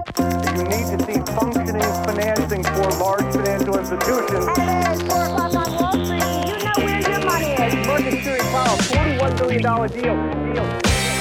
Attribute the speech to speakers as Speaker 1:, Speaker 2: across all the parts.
Speaker 1: You need to see functioning financing for large financial institutions.
Speaker 2: Hey, 4 o'clock on Wall Street. You know where your money is.
Speaker 1: Market Theory Powell, $41 billion deal.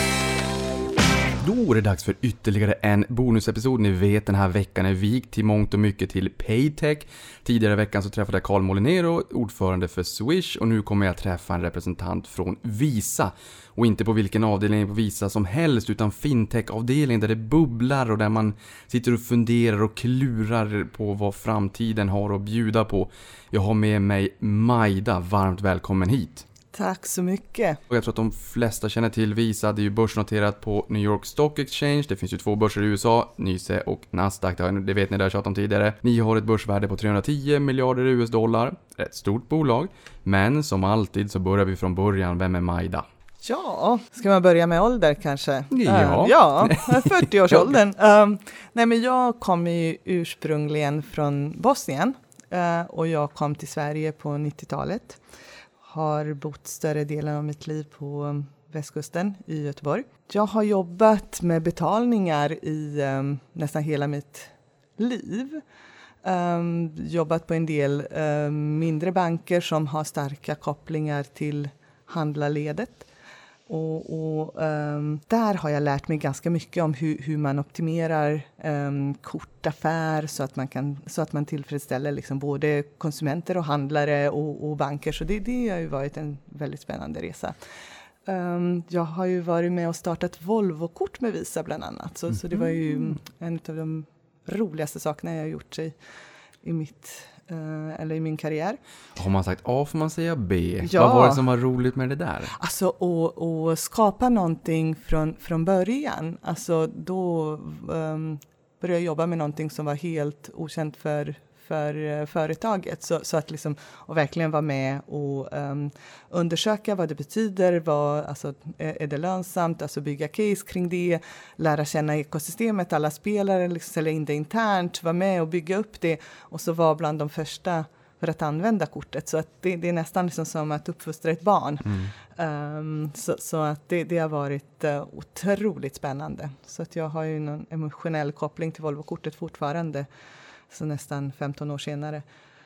Speaker 3: Då är det dags för ytterligare en bonusepisod. Ni vet, den här veckan är vikt till mångt och mycket till Paytech. Tidigare i veckan så träffade jag Carl Molinero, ordförande för Swish, och nu kommer jag träffa en representant från Visa. Och inte på vilken avdelning på Visa som helst, utan fintech-avdelning där det bubblar och där man sitter och funderar och klurar på vad framtiden har att bjuda på. Jag har med mig Maida, varmt välkommen hit.
Speaker 4: Tack så mycket.
Speaker 3: Och jag tror att de flesta känner till Visa. Det är ju börsnoterat på New York Stock Exchange. Det finns ju 2 börser i USA, NYSE och Nasdaq. Det vet ni, det har jag tjatat om tidigare. Ni har ett börsvärde på 310 miljarder US-dollar. Ett stort bolag. Men som alltid så börjar vi från början. Vem är Maida?
Speaker 4: Ja, ska man börja med ålder kanske?
Speaker 3: Ja.
Speaker 4: Ja, 40-årsåldern. Nej, men jag kom ju ursprungligen från Bosnien. Och jag kom till Sverige på 90-talet. Har bott större delen av mitt liv på västkusten i Göteborg. Jag har jobbat med betalningar i nästan hela mitt liv. Jobbat på en del mindre banker som har starka kopplingar till handlarledet. Och där har jag lärt mig ganska mycket om hur man optimerar kortaffär så att man tillfredsställer liksom både konsumenter och handlare och banker. Så det har ju varit en väldigt spännande resa. Jag har ju varit med och startat Volvo-kort med Visa bland annat. Så det var ju en av de roligaste sakerna jag har gjort i min karriär.
Speaker 3: Har man sagt A får man säga B.
Speaker 4: Ja.
Speaker 3: Vad var det som var roligt med det där?
Speaker 4: Alltså att skapa någonting från början. Alltså då började jag jobba med någonting som var helt okänt för företaget. Så att liksom, och verkligen vara med och undersöka vad det betyder. Alltså, är det lönsamt? Alltså bygga case kring det. Lära känna ekosystemet. Alla spelare liksom, sälja in det internt. Vara med och bygga upp det. Och så vara bland de första för att använda kortet. Så att det är nästan liksom som att uppfostra ett barn. Så att det har varit otroligt spännande. Så att jag har ju någon emotionell koppling till Volvo-kortet fortfarande. Så nästan 15 år senare.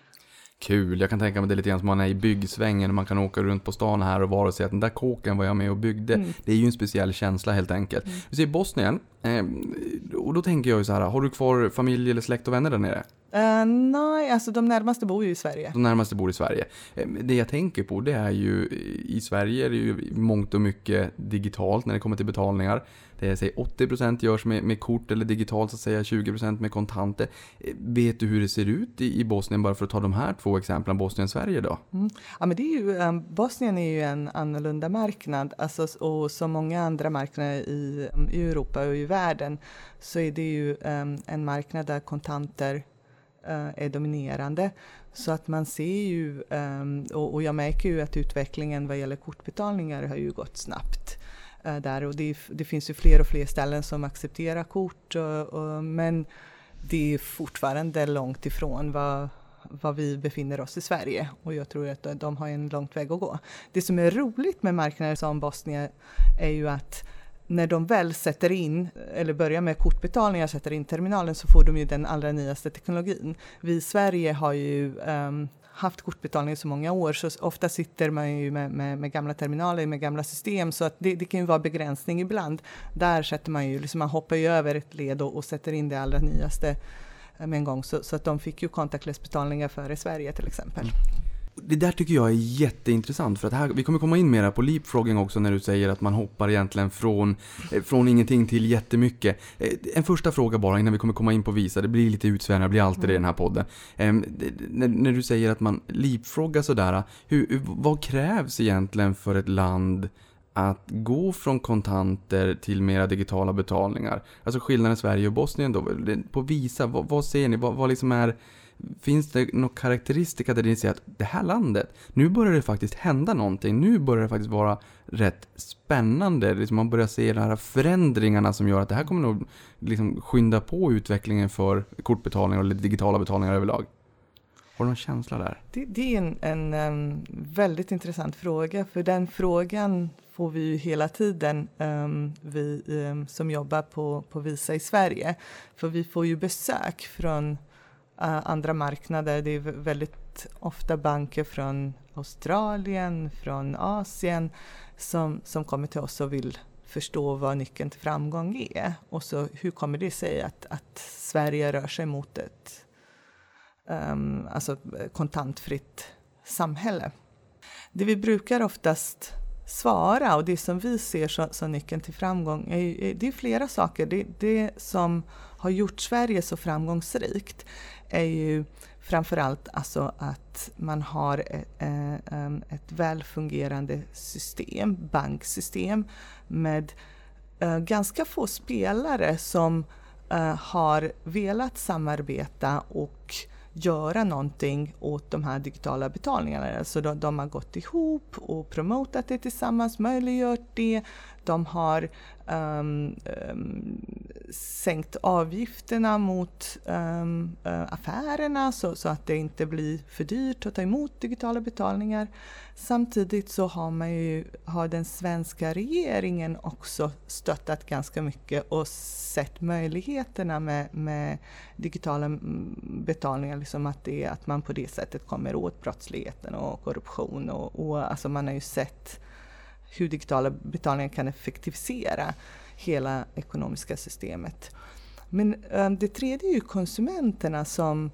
Speaker 3: Kul, jag kan tänka mig det lite grann som man är i byggsvängen och man kan åka runt på stan här och vara och säga att den där kåken var jag med och byggde. Det är ju en speciell känsla helt enkelt. Vi ser Bosnien, och då tänker jag ju så här, har du kvar familj eller släkt och vänner där nere?
Speaker 4: Nej, alltså de närmaste bor ju i Sverige.
Speaker 3: De närmaste bor i Sverige. Det jag tänker på, det är ju, i Sverige är det ju mångt och mycket digitalt när det kommer till betalningar. Det är, säg 80% görs med kort eller digitalt, så att säga 20% med kontanter. Vet du hur det ser ut i Bosnien, bara för att ta de här 2 exemplen, Bosnien och Sverige då?
Speaker 4: Ja, men det är ju, Bosnien är ju en annorlunda marknad. Alltså, och som många andra marknader i Europa och i världen så är det ju en marknad där kontanter är dominerande. Så att man ser ju, och jag märker ju att utvecklingen vad gäller kortbetalningar har ju gått snabbt. Där, och det finns ju fler och fler ställen som accepterar kort, men det är fortfarande långt ifrån vad vi befinner oss i Sverige, och jag tror att de har en långt väg att gå. Det som är roligt med marknader som Bosnien är ju att när de väl sätter in, eller börjar med kortbetalningar, sätter in terminalen, så får de ju den allra nyaste teknologin. Vi i Sverige har ju haft kortbetalning i så många år, så ofta sitter man ju med gamla terminaler, med gamla system, så att det kan ju vara begränsning ibland. Där sätter man ju, liksom man hoppar ju över ett led och sätter in det allra nyaste med en gång. Så att de fick ju contactless-betalningar före Sverige till exempel.
Speaker 3: Det där tycker jag är jätteintressant, för att här, vi kommer komma in mera på leapfrogging också när du säger att man hoppar egentligen från ingenting till jättemycket. En första fråga bara innan vi kommer komma in på Visa, det blir lite utsvävande, det blir alltid det i den här podden. När du säger att man leapfroggar sådär, vad krävs egentligen för ett land att gå från kontanter till mera digitala betalningar? Alltså skillnaden Sverige och Bosnien då, på Visa, vad ser ni, vad liksom är... Finns det några karaktäristika där ni säger att det här landet, nu börjar det faktiskt hända någonting, nu börjar det faktiskt vara rätt spännande, liksom man börjar se de här förändringarna som gör att det här kommer nog liksom skynda på utvecklingen för kortbetalningar eller digitala betalningar överlag? Har du någon känsla där?
Speaker 4: Det är en väldigt intressant fråga, för den frågan får vi ju hela tiden, vi som jobbar på Visa i Sverige. För vi får ju besök från andra marknader. Det är väldigt ofta banker från Australien, från Asien som kommer till oss och vill förstå vad nyckeln till framgång är. Och så hur kommer det sig att Sverige rör sig mot ett kontantfritt samhälle. Det vi brukar oftast svara, och det som vi ser som nyckeln till framgång, det är flera saker. Det som har gjort Sverige så framgångsrikt är ju framförallt alltså att man har ett välfungerande system, banksystem, med ganska få spelare som har velat samarbeta och göra någonting åt de här digitala betalningarna. Alltså de har gått ihop och promotat det tillsammans, möjliggjort det. De har sänkt avgifterna mot affärerna så att det inte blir för dyrt att ta emot digitala betalningar. Samtidigt så har den svenska regeringen också stöttat ganska mycket och sett möjligheterna med digitala betalningar, liksom att man på det sättet kommer åt brottsligheten och korruption och alltså man har ju sett hur digitala betalningar kan effektivisera hela ekonomiska systemet. Men det tredje är ju konsumenterna som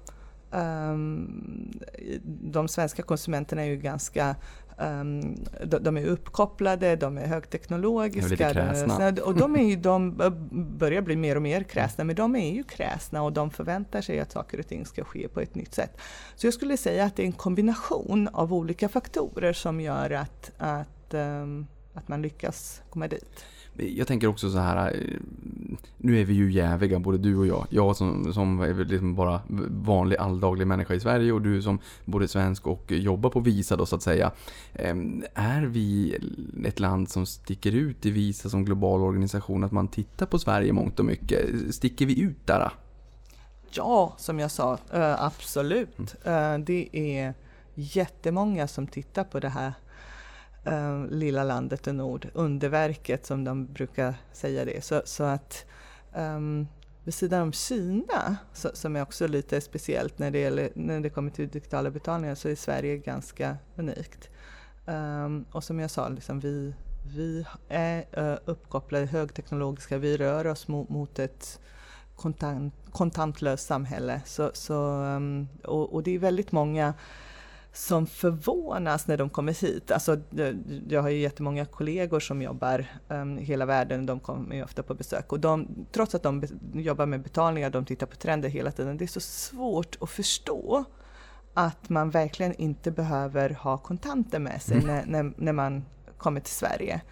Speaker 4: de svenska konsumenterna är ju ganska de är uppkopplade, de är högteknologiska och de börjar bli mer och mer kräsna, men de är ju kräsna och de förväntar sig att saker och ting ska ske på ett nytt sätt. Så jag skulle säga att det är en kombination av olika faktorer som gör att man lyckas komma dit.
Speaker 3: Jag tänker också så här, nu är vi ju jäviga, både du och jag. Jag som är liksom bara vanlig alldaglig människa i Sverige och du som både svensk och jobbar på Visa då så att säga. Är vi ett land som sticker ut i Visa som global organisation, att man tittar på Sverige mångt och mycket? Sticker vi ut där?
Speaker 4: Ja, som jag sa, absolut. Det är jättemånga som tittar på det här lilla landet i nord, underverket som de brukar säga det. Så att vid sidan om Kina, som är också lite speciellt när det kommer till digitala betalningar, så är Sverige ganska unikt. Och som jag sa, liksom, vi är uppkopplade, högteknologiska, vi rör oss mot ett kontantlöst samhälle. Och det är väldigt många som förvånas när de kommer hit. Alltså, jag har ju jättemånga kollegor som jobbar i hela världen. De kommer ju ofta på besök. Och trots att de jobbar med betalningar, de tittar på trender hela tiden. Det är så svårt att förstå att man verkligen inte behöver ha kontanter med sig när man kommer till Sverige.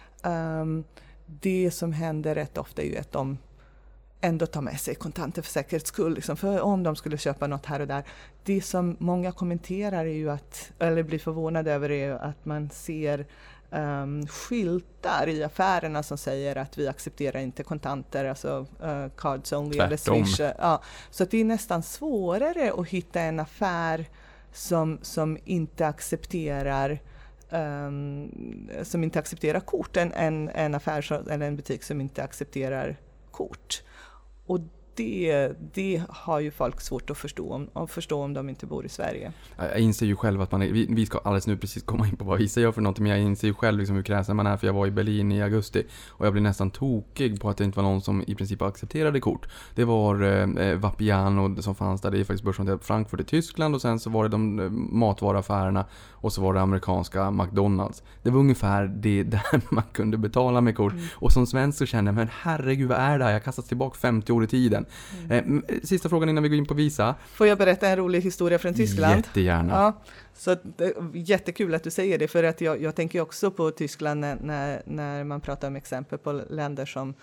Speaker 4: Det som händer rätt ofta är ju att de ändå ta med sig kontanter för säkerhets skull, liksom, för om de skulle köpa något här och där. Det som många kommenterar är ju eller blir förvånade över, är att man ser skyltar i affärerna som säger att vi accepterar inte kontanter, alltså cards only eller Swish. Ja, så att det är nästan svårare att hitta en affär som inte accepterar kort än en affär eller en butik som inte accepterar kort. Och det har ju folk svårt att förstå om de inte bor i Sverige.
Speaker 3: Jag inser ju själv att vi ska alldeles nu precis komma in på vad Visa gör för någonting, men jag inser ju själv liksom hur kräsen man är, för jag var i Berlin i augusti och jag blev nästan tokig på att det inte var någon som i princip accepterade kort. Det var Vapiano som fanns där, det är faktiskt börsnoterat Frankfurt i Tyskland, och sen så var det de matvaruaffärerna och så var det amerikanska McDonalds. Det var ungefär det där man kunde betala med kort. Och som svensk så kände jag, men herregud, vad är det här? Jag kastas tillbaka 50 år i tiden. Sista frågan innan vi går in på Visa.
Speaker 4: Får jag berätta en rolig historia från Tyskland?
Speaker 3: Jättegärna.
Speaker 4: Ja, så jättekul att du säger det, för att jag tänker också på Tyskland när man pratar om exempel på länder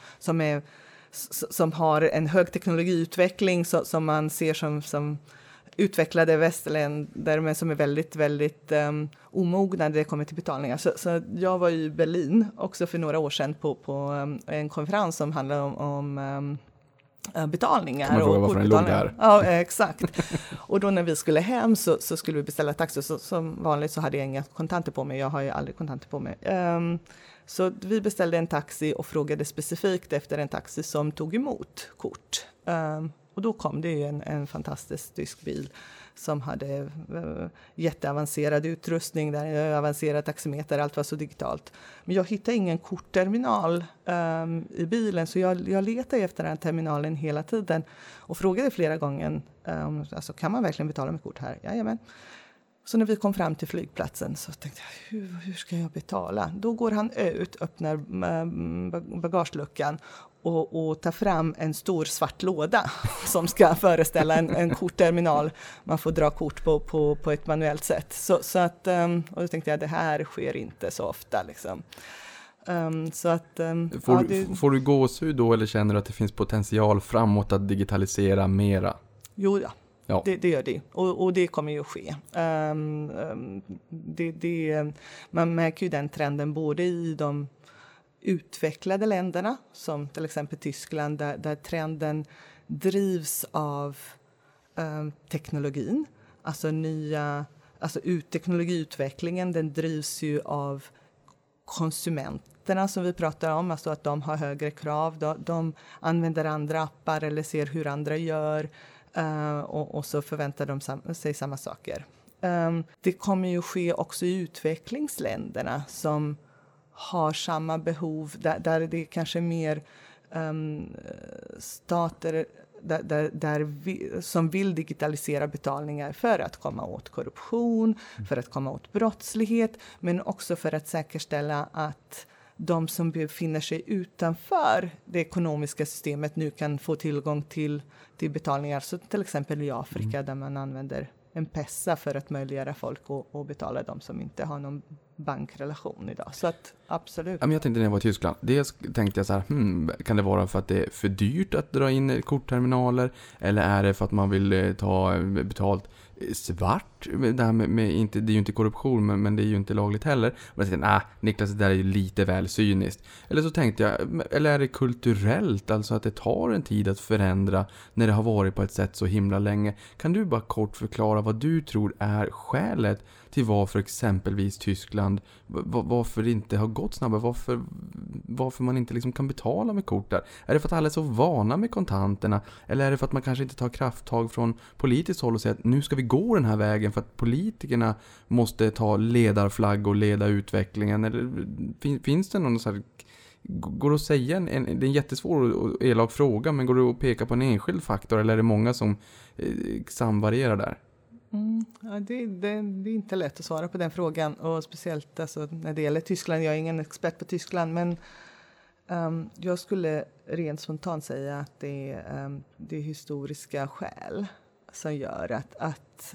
Speaker 4: som har en hög teknologiutveckling som man ser som utvecklade västländer, men som är väldigt, väldigt omogna när det kommer till betalningar. Så jag var i Berlin också för några år sedan på en konferens som handlar om betalningar.
Speaker 3: Kan man fråga varför den låg där?
Speaker 4: Ja, exakt. Och då när vi skulle hem så skulle vi beställa taxi. Så, som vanligt så hade jag inga kontanter på mig. Jag har ju aldrig kontanter på mig. Så vi beställde en taxi och frågade specifikt efter en taxi som tog emot kort. Och då kom det ju en fantastisk tysk bil som hade jätteavancerad utrustning, där avancerad taximeter, allt var så digitalt. Men jag hittade ingen kortterminal i bilen, så jag letade efter den terminalen hela tiden och frågade flera gånger, alltså, kan man verkligen betala med kort här? Jajamän. Så när vi kom fram till flygplatsen så tänkte jag, hur ska jag betala? Då går han ut, öppnar bagageluckan och tar fram en stor svart låda som ska föreställa en kortterminal. Man får dra kort på ett manuellt sätt. Så att, och då tänkte jag, det här sker inte så ofta liksom. Så att,
Speaker 3: får du gåshud då, eller känner du att det finns potential framåt att digitalisera mera?
Speaker 4: Jo, ja. Ja. Det gör det. Och det kommer ju att ske. Man märker ju den trenden både i de utvecklade länderna, som till exempel Tyskland, där trenden drivs av teknologin. Alltså teknologiutvecklingen, den drivs ju av konsumenterna som vi pratar om, alltså att de har högre krav. De använder andra appar eller ser hur andra gör. Och så förväntar de sig samma saker. Det kommer ju ske också i utvecklingsländerna som har samma behov, där det är kanske mer stater som vill digitalisera betalningar för att komma åt korruption, för att komma åt brottslighet, men också för att säkerställa att de som befinner sig utanför det ekonomiska systemet nu kan få tillgång till betalningar. Så till exempel i Afrika där man använder en pessa för att möjliggöra folk att betala de som inte har någon bankrelation idag. Så att absolut. Jag
Speaker 3: tänkte när jag var i Tyskland, dels tänkte jag så här, kan det vara för att det är för dyrt att dra in kortterminaler, eller är det för att man vill ta betalt svart? Det här med inte, det är ju inte korruption, men det är ju inte lagligt heller. Och jag tänkte, Niklas, det där är ju lite väl cyniskt. Eller så tänkte jag, eller är det kulturellt, alltså att det tar en tid att förändra när det har varit på ett sätt så himla länge. Kan du bara kort förklara vad du tror är skälet till varför exempelvis Tyskland, varför det inte har gått snabbare, varför man inte liksom kan betala med kort där? Är det för att alla är så vana med kontanterna, eller är det för att man kanske inte tar krafttag från politiskt håll och säger att nu ska vi gå den här vägen för att politikerna måste ta ledarflagg och leda utvecklingen? Eller finns det någon så här, går det att säga det är en jättesvår och elak fråga, men går det att peka på en enskild faktor, eller är det många som samvarierar där?
Speaker 4: Ja, det är inte lätt att svara på den frågan, och speciellt alltså, när det gäller Tyskland. Jag är ingen expert på Tyskland, men jag skulle rent spontant säga att det är historiska skäl som gör att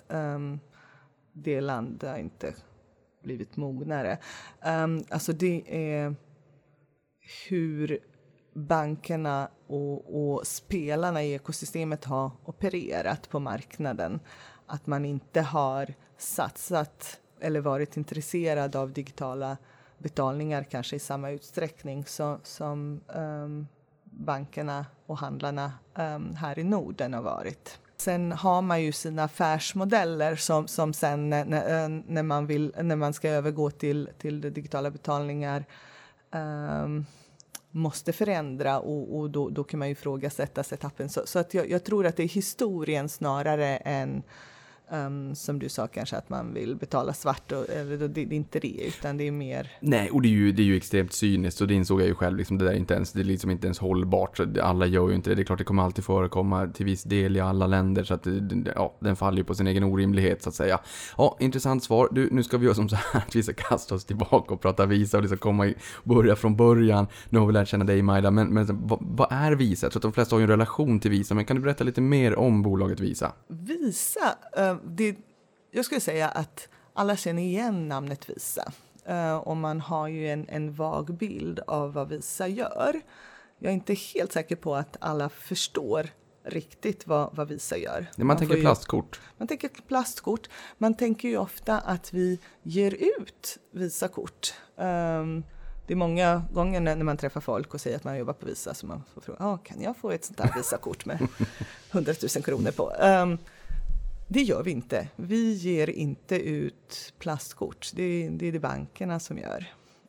Speaker 4: det landet inte blivit mognare. Alltså det är hur bankerna och spelarna i ekosystemet har opererat på marknaden. Att man inte har satsat eller varit intresserad av digitala betalningar kanske i samma utsträckning som bankerna och handlarna här i Norden har varit. Sen har man ju sina affärsmodeller som sen när man ska övergå till digitala betalningar måste förändra, och då kan man ju ifrågasätta setupen. Så att jag tror att det är historien snarare än som du sa kanske att man vill betala svart, eller det är inte det, utan det är mer... Nej,
Speaker 3: och det är ju extremt cyniskt, och det insåg jag ju själv, liksom, det är liksom inte ens hållbart, så alla gör ju inte det. Det är klart det kommer alltid förekomma till viss del i alla länder, så att den faller ju på sin egen orimlighet så att säga. Ja, intressant svar. Nu ska vi göra som så här att vi ska kasta oss tillbaka och prata Visa, och det ska börja från början. Nu har vi lärt känna dig, Maida, men vad är Visa? Jag tror att de flesta har ju en relation till Visa, men kan du berätta lite mer om bolaget Visa?
Speaker 4: Visa, jag skulle säga att alla känner igen namnet Visa, och man har ju en vag bild av vad Visa gör. Jag är inte helt säker på att alla förstår riktigt vad Visa gör.
Speaker 3: Man tänker plastkort.
Speaker 4: Man tänker plastkort. Man tänker ju ofta att vi ger ut Visa-kort. det är många gånger när man träffar folk och säger att man jobbar på Visa så man får fråga, kan jag få ett sånt här Visa-kort med 100 000 kronor på? Det gör vi inte. Vi ger inte ut plastkort. Det är det bankerna som gör.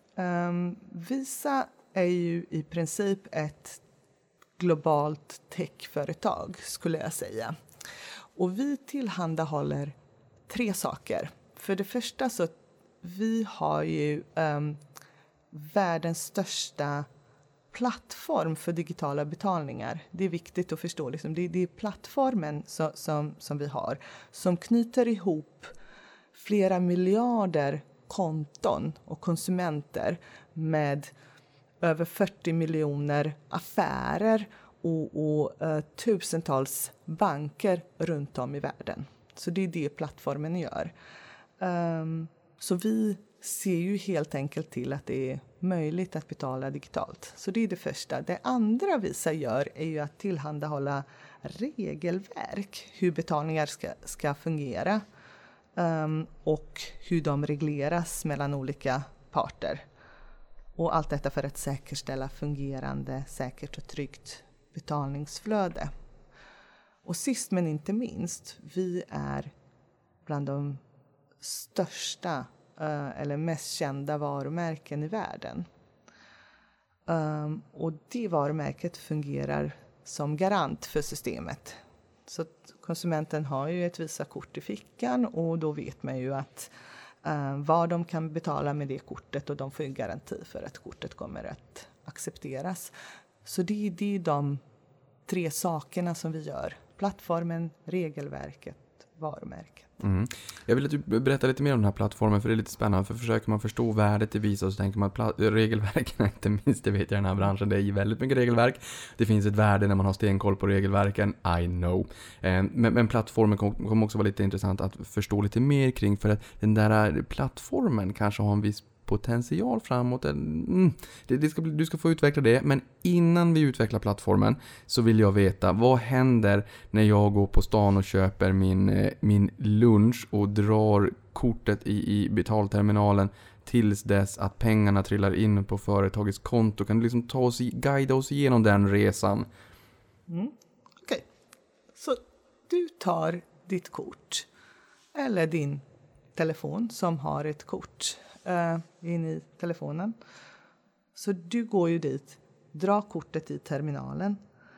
Speaker 4: Visa är ju i princip ett globalt techföretag skulle jag säga. Och vi tillhandahåller 3 saker. För det första så vi har ju världens största plattform för digitala betalningar. Det är viktigt att förstå. Liksom. Det är plattformen som vi har som knyter ihop flera miljarder konton och konsumenter med över 40 miljoner affärer och tusentals banker runt om i världen. Så det är det plattformen gör. Så vi ser ju helt enkelt till att det är möjligt att betala digitalt. Så det är det första. Det andra Visa gör är ju att tillhandahålla regelverk hur betalningar ska fungera och hur de regleras mellan olika parter. Och allt detta för att säkerställa fungerande, säkert och tryggt betalningsflöde. Och sist men inte minst, vi är bland de största eller mest kända varumärken i världen. Och det varumärket fungerar som garant för systemet. Så att konsumenten har ju ett Visa-kort i fickan och då vet man ju att vad de kan betala med det kortet och de får en garanti för att kortet kommer att accepteras. Så det är de 3 sakerna som vi gör. Plattformen, regelverket, varumärket.
Speaker 3: Jag vill att du berättar lite mer om den här plattformen för det är lite spännande för försöker man förstå värdet i Visa så tänker man att regelverken inte minst, det vet jag i den här branschen, det är väldigt mycket regelverk. Det finns ett värde när man har stenkoll på regelverken, I know. Men plattformen kommer också vara lite intressant att förstå lite mer kring för att den där plattformen kanske har en viss potential framåt. Du ska få utveckla det, men innan vi utvecklar plattformen så vill jag veta vad händer när jag går på stan och köper min lunch och drar kortet i betalterminalen tills dess att pengarna trillar in på företagets konto. Kan du liksom guida oss igenom den resan?
Speaker 4: Okej. Så du tar ditt kort eller din telefon som har ett kort in i telefonen. Så du går ju dit, drar kortet i terminalen.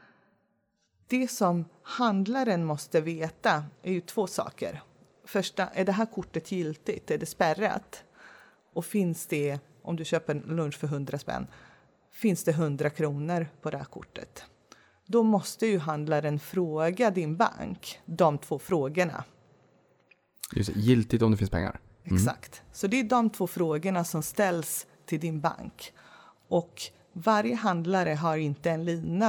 Speaker 4: Det som handlaren måste veta är ju 2 saker. Första, är det här kortet giltigt? Är det spärrat? Och finns det, om du köper en lunch för 100 spänn, finns det 100 kronor på det här kortet? Då måste ju handlaren fråga din bank de 2 frågorna.
Speaker 3: Just det, giltigt om det finns pengar.
Speaker 4: Exakt. Så det är de 2 frågorna som ställs till din bank. Och varje handlare har inte en lina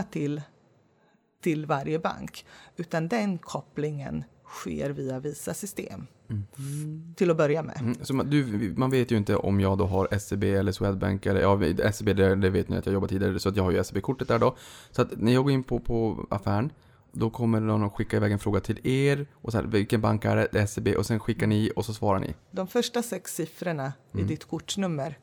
Speaker 4: till varje bank. Utan den kopplingen sker via Visa-system. Till att börja med.
Speaker 3: Så man vet ju inte om jag då har SEB eller Swedbank eller SEB, det vet ni att jag jobbar tidigare så att jag har ju SEB-kortet där då. Så att när jag går in på affären då kommer någon att skicka iväg en fråga till er och så här, vilken bank är det? SEB och sen skickar ni och så svarar ni.
Speaker 4: De första 6 siffrorna i ditt kortsnummer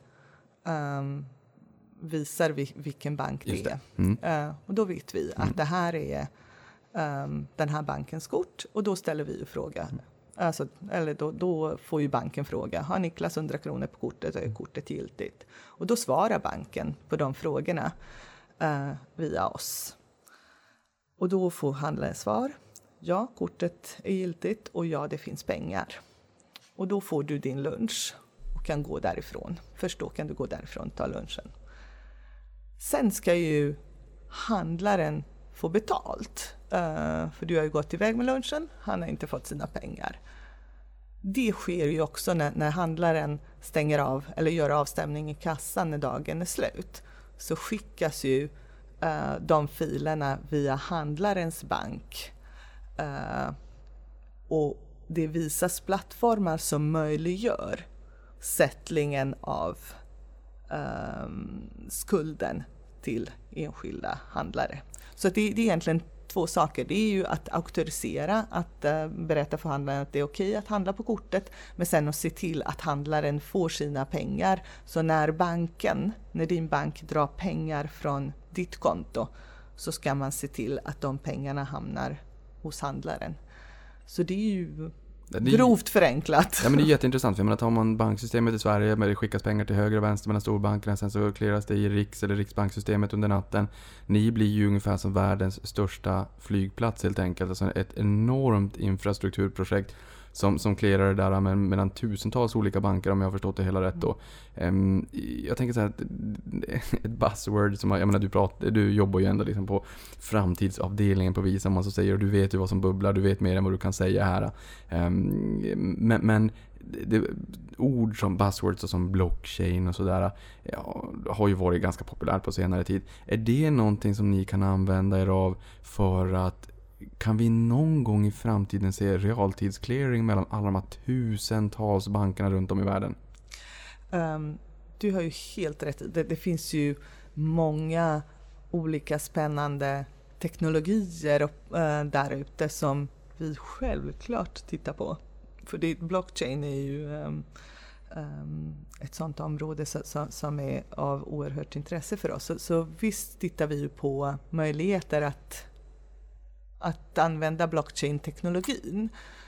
Speaker 4: visar vilken bank det är. Och då vet vi att det här är den här bankens kort och då ställer vi ju fråga. Alltså, eller då får ju banken fråga, har Niklas 100 kronor på kortet och är kortet giltigt? Och då svarar banken på de frågorna via oss. Och då får handlaren svar. Ja, kortet är giltigt och ja, det finns pengar. Och då får du din lunch och kan gå därifrån. Först då kan du gå därifrån och ta lunchen. Sen ska ju handlaren få betalt. För du har ju gått iväg med lunchen, han har inte fått sina pengar. Det sker ju också när handlaren stänger av eller gör avstämning i kassan när dagen är slut. Så skickas ju de filerna via handlarens bank. Och det visas plattformar som möjliggör sättlingen av skulden till enskilda handlare. Så det är egentligen 2 saker. Det är ju att auktorisera, att berätta för handlaren att det är okej att handla på kortet, men sen att se till att handlaren får sina pengar. Så när din bank drar pengar från ditt konto, så ska man se till att de pengarna hamnar hos handlaren. Så det är ju grovt förenklat.
Speaker 3: Ja, men det är jätteintressant. För jag menar, tar man banksystemet i Sverige, men det skickas pengar till höger och vänster mellan storbankerna, sen så clearas det i Riks- eller Riksbanksystemet under natten. Ni blir ju ungefär som världens största flygplats helt enkelt. Alltså ett enormt infrastrukturprojekt som clearar det där mellan tusentals olika banker, om jag har förstått det hela rätt då. Jag tänker så här, ett buzzword som, jag menar, du jobbar ju ändå liksom på framtidsavdelningen på Visa, man så säger, och du vet ju vad som bubblar, du vet mer än vad du kan säga här. Men ord som buzzwords och som blockchain och sådär, har ju varit ganska populärt på senare tid. Är det någonting som ni kan använda er av för att, kan vi någon gång i framtiden se realtidsclearing mellan alla de här tusentals bankerna runt om i världen?
Speaker 4: Du har ju helt rätt. Det finns ju många olika spännande teknologier där ute som vi självklart tittar på. För blockchain är ju ett sånt område som är av oerhört intresse för oss. Så visst tittar vi ju på möjligheter att använda blockchain-teknologin.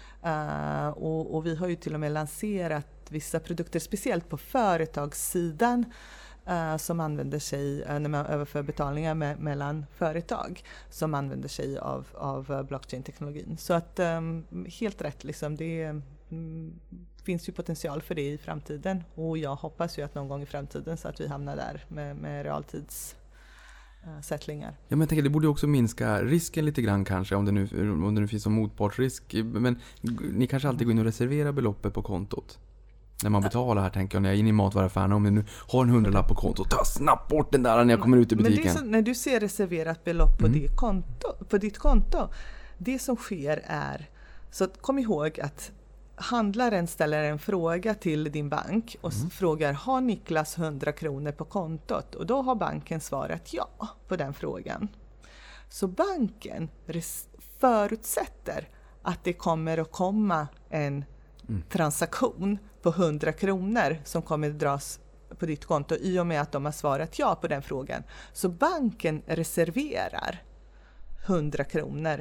Speaker 4: Och vi har ju till och med lanserat vissa produkter, speciellt på företagssidan, som använder sig, när man överför betalningar mellan företag, som använder sig av blockchain-teknologin. Så att helt rätt, liksom, det finns ju potential för det i framtiden, och jag hoppas ju att någon gång i framtiden så att vi hamnar där med realtids sättlingar.
Speaker 3: Ja, men jag tänker, det borde också minska risken lite grann kanske, om det nu finns som motpartsrisk. Men ni kanske alltid går in och reserverar beloppet på kontot. När man betalar här, tänker jag, när jag är inne i matvaruaffären, om ni nu har en 100-lapp på kontot, ta snabbt bort den där när jag kommer ut i butiken. Men
Speaker 4: det är så, när du ser reserverat belopp på ditt konto, det som sker är, så kom ihåg att handlaren ställer en fråga till din bank och frågar, har Niklas 100 kronor på kontot? Och då har banken svarat ja på den frågan. Så banken förutsätter att det kommer att komma en transaktion på 100 kronor som kommer att dras på ditt konto i och med att de har svarat ja på den frågan. Så banken reserverar 100 kronor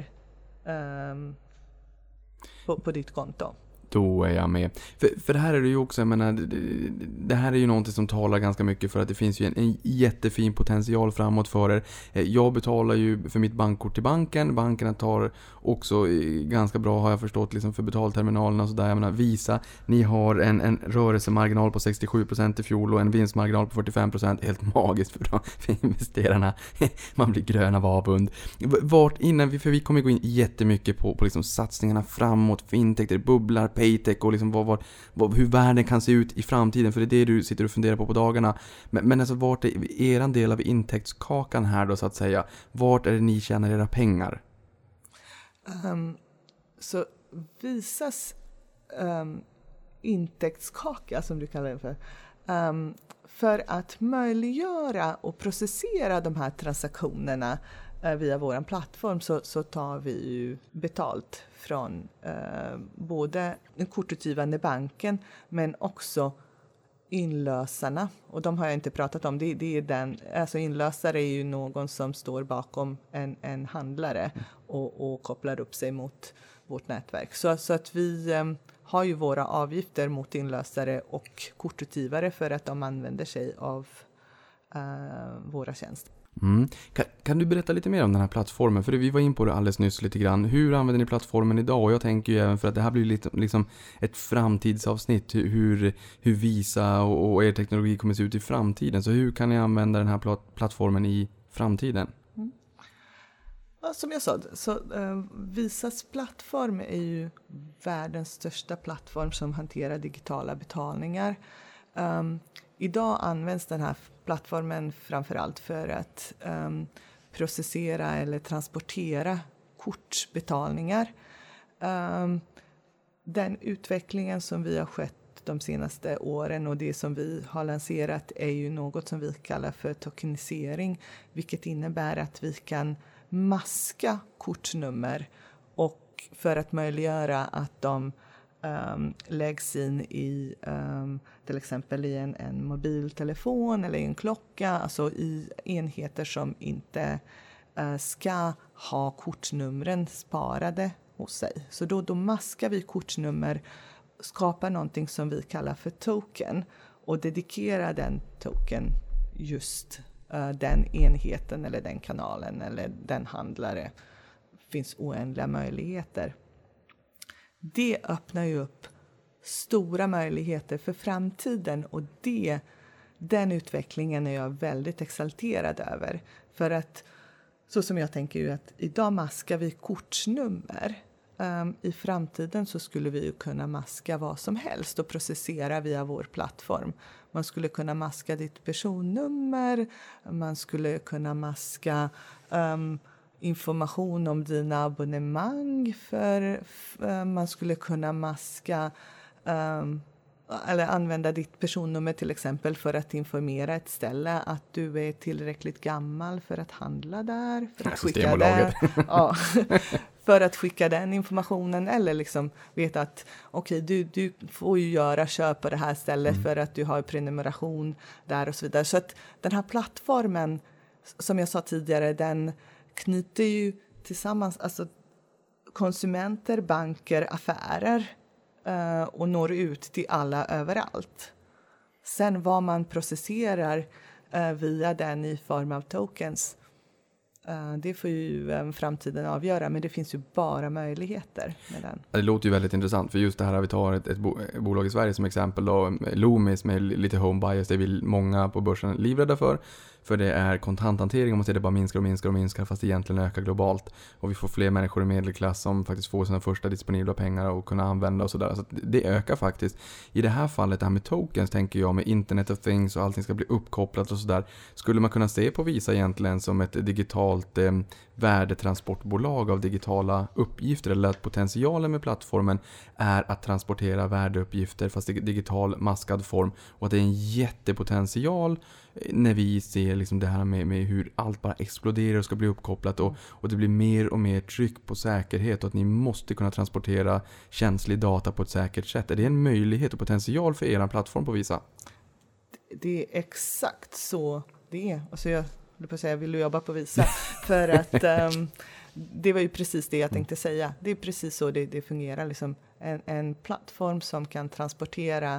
Speaker 4: på ditt konto.
Speaker 3: Då är jag med. För det här är det ju också, jag menar, det här är ju någonting som talar ganska mycket för att det finns ju en jättefin potential framåt för er. Jag betalar ju för mitt bankkort till banken. Bankerna tar också ganska bra, har jag förstått, liksom för betalterminalerna och sådär. Jag menar, Visa, ni har en rörelsemarginal på 67% i fjol och en vinstmarginal på 45%. Helt magiskt för investerarna. Man blir grön av avund. För vi kommer gå in jättemycket på liksom satsningarna framåt, för intäkter, bubblar, paytech och liksom hur världen kan se ut i framtiden, för det är det du sitter och funderar på dagarna. Men alltså, vart är eran del av intäktskakan här då, så att säga? Vart är det ni tjänar era pengar?
Speaker 4: Så Visas intäktskaka, som du kallar det för att möjliggöra och processera de här transaktionerna via vår plattform, så tar vi ju betalt från både den kortutgivande banken men också inlösarna. Och de har jag inte pratat om. Det är alltså inlösare är ju någon som står bakom en handlare och kopplar upp sig mot vårt nätverk. Så att vi har ju våra avgifter mot inlösare och kortutgivare för att de använder sig av våra tjänster.
Speaker 3: Kan du berätta lite mer om den här plattformen? För vi var in på det alldeles nyss lite grann. Hur använder ni plattformen idag? Och jag tänker ju även, för att det här blir lite liksom ett framtidsavsnitt, hur Visa och er teknologi kommer se ut i framtiden. Så hur kan ni använda den här plattformen i framtiden?
Speaker 4: Ja, som jag sa, så Visas plattform är ju världens största plattform som hanterar digitala betalningar. Idag används den här plattformen framförallt för att processera eller transportera kortbetalningar. Den utvecklingen som vi har skett de senaste åren och det som vi har lanserat är ju något som vi kallar för tokenisering, vilket innebär att vi kan maska kortnummer och för att möjliggöra att de läggs in i till exempel i en mobiltelefon eller i en klocka, alltså i enheter som inte ska ha kortnumren sparade hos sig. Så då maskar vi kortnummer, skapar någonting som vi kallar för token och dedikerar den token just den enheten eller den kanalen eller den handlare. Det finns oändliga möjligheter. Det öppnar ju upp stora möjligheter för framtiden och den utvecklingen är jag väldigt exalterad över. För att så som jag tänker ju att idag maskar vi kortnummer. I framtiden så skulle vi ju kunna maska vad som helst och processera via vår plattform. Man skulle kunna maska ditt personnummer, man skulle kunna maska information om dina abonnemang, man skulle kunna maska eller använda ditt personnummer till exempel för att informera ett ställe att du är tillräckligt gammal för att handla där. För att skicka det. Ja, för att skicka den informationen eller liksom veta att okej, du får ju göra köp på det här stället för att du har prenumeration där och så vidare. Så att den här plattformen, som jag sa tidigare, den knyter ju tillsammans alltså konsumenter, banker, affärer och når ut till alla överallt. Sen vad man processerar via den i form av tokens, det får ju framtiden avgöra, men det finns ju bara möjligheter med den.
Speaker 3: Det låter ju väldigt intressant, för just det här, vi tar ett bolag i Sverige som exempel då, Loomis med lite home bias, det vill många på börsen livrädda för det är kontanthantering, om man ser det bara minskar fast det egentligen ökar globalt och vi får fler människor i medelklass som faktiskt får sina första disponibla pengar och kunna använda och sådär, så det ökar faktiskt. I det här fallet, det här med tokens, tänker jag, med Internet of Things och allting ska bli uppkopplat och sådär, skulle man kunna se på Visa egentligen som ett digitalt värdetransportbolag av digitala uppgifter, eller att potentialen med plattformen är att transportera värdeuppgifter fast i digital maskad form, och att det är en jättepotential när vi ser liksom det här med hur allt bara exploderar och ska bli uppkopplat och det blir mer och mer tryck på säkerhet och att ni måste kunna transportera känslig data på ett säkert sätt. Är det en möjlighet och potential för er plattform på Visa?
Speaker 4: Det är exakt så det är. Alltså jag vill du jobba på Visa? För att det var ju precis det jag tänkte säga. Det är precis så det fungerar. Liksom en plattform som kan transportera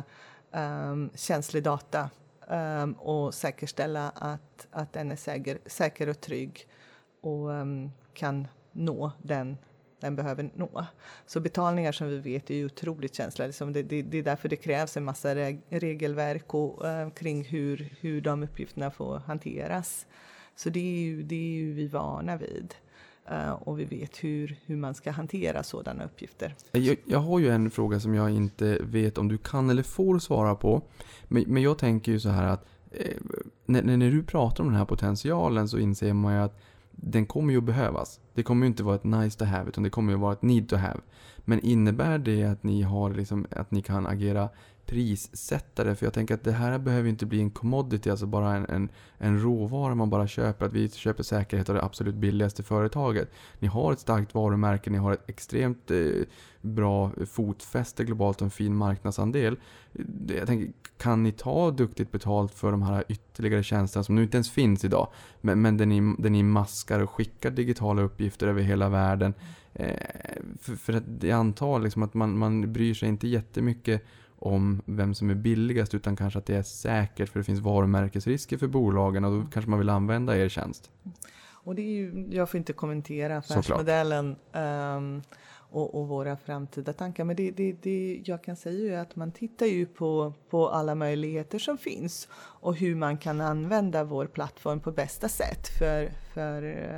Speaker 4: känslig data och säkerställa att den är säker och trygg och kan nå den behöver nå. Så betalningar som vi vet är ju otroligt känsliga. Liksom det är därför det krävs en massa regelverk kring hur de uppgifterna får hanteras. Så det är ju vi vana vid. Och vi vet hur man ska hantera sådana uppgifter.
Speaker 3: Jag har ju en fråga som jag inte vet om du kan eller får svara på. Men jag tänker ju så här att när du pratar om den här potentialen så inser man ju att den kommer ju att behövas. Det kommer ju inte vara ett nice to have, utan det kommer ju vara ett need to have. Men innebär det att ni har liksom, att ni kan agera prissättare? För jag tänker att det här behöver inte bli en commodity, alltså bara en råvara man bara köper, att vi köper säkerhet av det absolut billigaste företaget. Ni har ett starkt varumärke, ni har ett extremt bra fotfäste globalt och en fin marknadsandel. Jag tänker, kan ni ta duktigt betalt för de här ytterligare tjänsterna som nu inte ens finns idag, men där ni maskar och skickar digitala uppgifter över hela världen? För att jag antar liksom att man bryr sig inte jättemycket om vem som är billigast, utan kanske att det är säkert, för det finns varumärkesrisker för bolagen och då kanske man vill använda er tjänst.
Speaker 4: Och det är ju, jag får inte kommentera affärsmodellen och våra framtida tankar, men det jag kan säga är att man tittar ju på alla möjligheter som finns och hur man kan använda vår plattform på bästa sätt för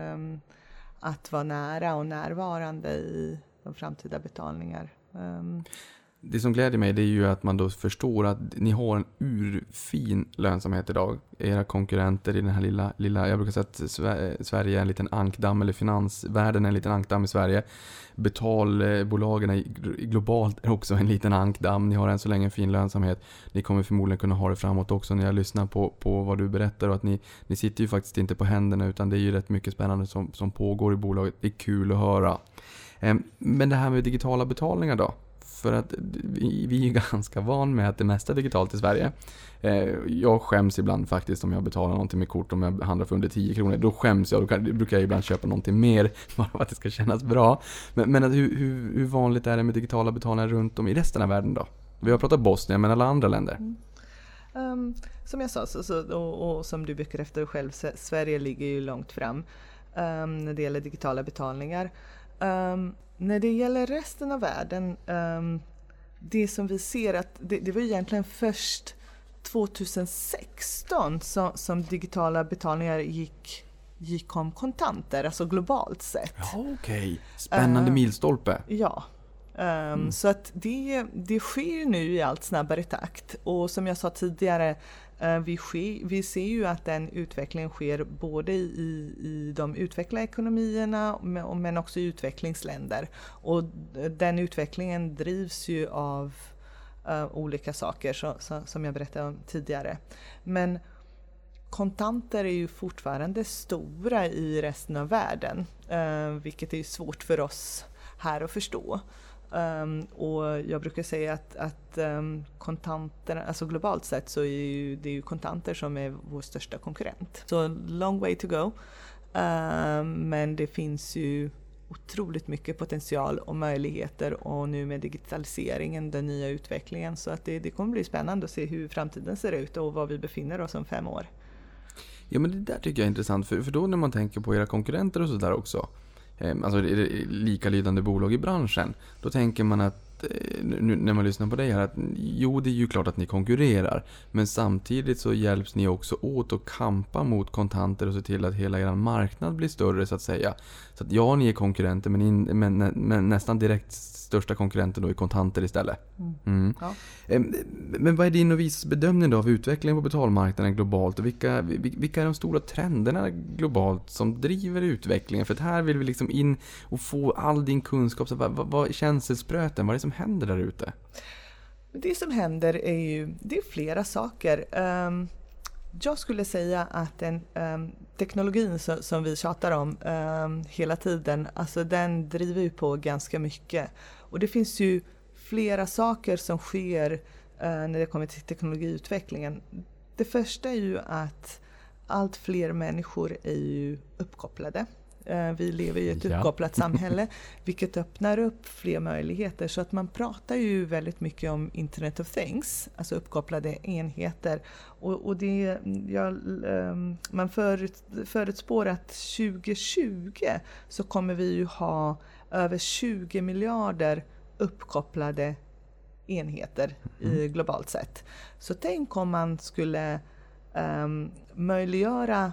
Speaker 4: att vara nära och närvarande i de framtida betalningar.
Speaker 3: Det som gläder mig det är ju att man då förstår att ni har en urfin lönsamhet idag. Era konkurrenter i den här lilla jag brukar säga att Sverige är en liten ankdamm, eller finansvärlden är en liten ankdamm i Sverige. Betalbolagen globalt är också en liten ankdamm. Ni har än så länge en fin lönsamhet. Ni kommer förmodligen kunna ha det framåt också när jag lyssnar på vad du berättar. Och att ni sitter ju faktiskt inte på händerna, utan det är ju rätt mycket spännande som pågår i bolaget. Det är kul att höra. Men det här med digitala betalningar då? För att vi är ganska van med att det mesta är digitalt i Sverige. Jag skäms ibland faktiskt om jag betalar någonting med kort, om jag handlar för under 10 kronor. Då skäms jag. Då brukar jag ibland köpa någonting mer bara för att det ska kännas bra. Men hur vanligt är det med digitala betalningar runt om i resten av världen då? Vi har pratat Bosnien, men alla andra länder.
Speaker 4: Som jag sa och som du bekräftar själv, Sverige ligger ju långt fram när det gäller digitala betalningar. När det gäller resten av världen, det som vi ser att det var egentligen först 2016 som digitala betalningar gick om kontanter, alltså globalt sett.
Speaker 3: Ja, okej. Spännande milstolpe.
Speaker 4: Ja. Så att det sker ju nu i allt snabbare takt, och som jag sa tidigare, vi ser ju att den utvecklingen sker både i de utvecklade ekonomierna men också i utvecklingsländer, och den utvecklingen drivs ju av olika saker som jag berättade om tidigare. Men kontanter är ju fortfarande stora i resten av världen, vilket är svårt för oss här att förstå. Och jag brukar säga att kontanterna, alltså globalt sett så är det ju kontanter som är vår största konkurrent. Så long way to go. Men det finns ju otroligt mycket potential och möjligheter, och nu med digitaliseringen, den nya utvecklingen, så att det kommer bli spännande att se hur framtiden ser ut och var vi befinner oss om 5 år.
Speaker 3: Ja, men det där tycker jag är intressant, för då när man tänker på era konkurrenter och sådär också, alltså likalydande bolag i branschen, då tänker man att nu när man lyssnar på dig här, att jo, det är ju klart att ni konkurrerar, men samtidigt så hjälps ni också åt att kampa mot kontanter och se till att hela er marknad blir större, så att säga. Så att ja, ni är konkurrenter, men nästan direkt största konkurrenten då är kontanter istället. Ja. Men vad är din och Visas bedömning då av utvecklingen på betalmarknaden globalt, och vilka är de stora trenderna globalt som driver utvecklingen? För att här vill vi liksom in och få all din kunskap. Så vad känselspröten, vad är det som händer där ute?
Speaker 4: Det som händer det är flera saker. Jag skulle säga att den teknologin som vi tjatar om hela tiden, alltså den driver ju på ganska mycket. Och det finns ju flera saker som sker när det kommer till teknologiutvecklingen. Det första är ju att allt fler människor är ju uppkopplade. Vi lever i ett uppkopplat samhälle, vilket öppnar upp fler möjligheter. Så att man pratar ju väldigt mycket om Internet of Things, alltså uppkopplade enheter. Och det, man förutspår att 2020 så kommer vi ju ha över 20 miljarder uppkopplade enheter globalt sett. Så tänk om man skulle möjliggöra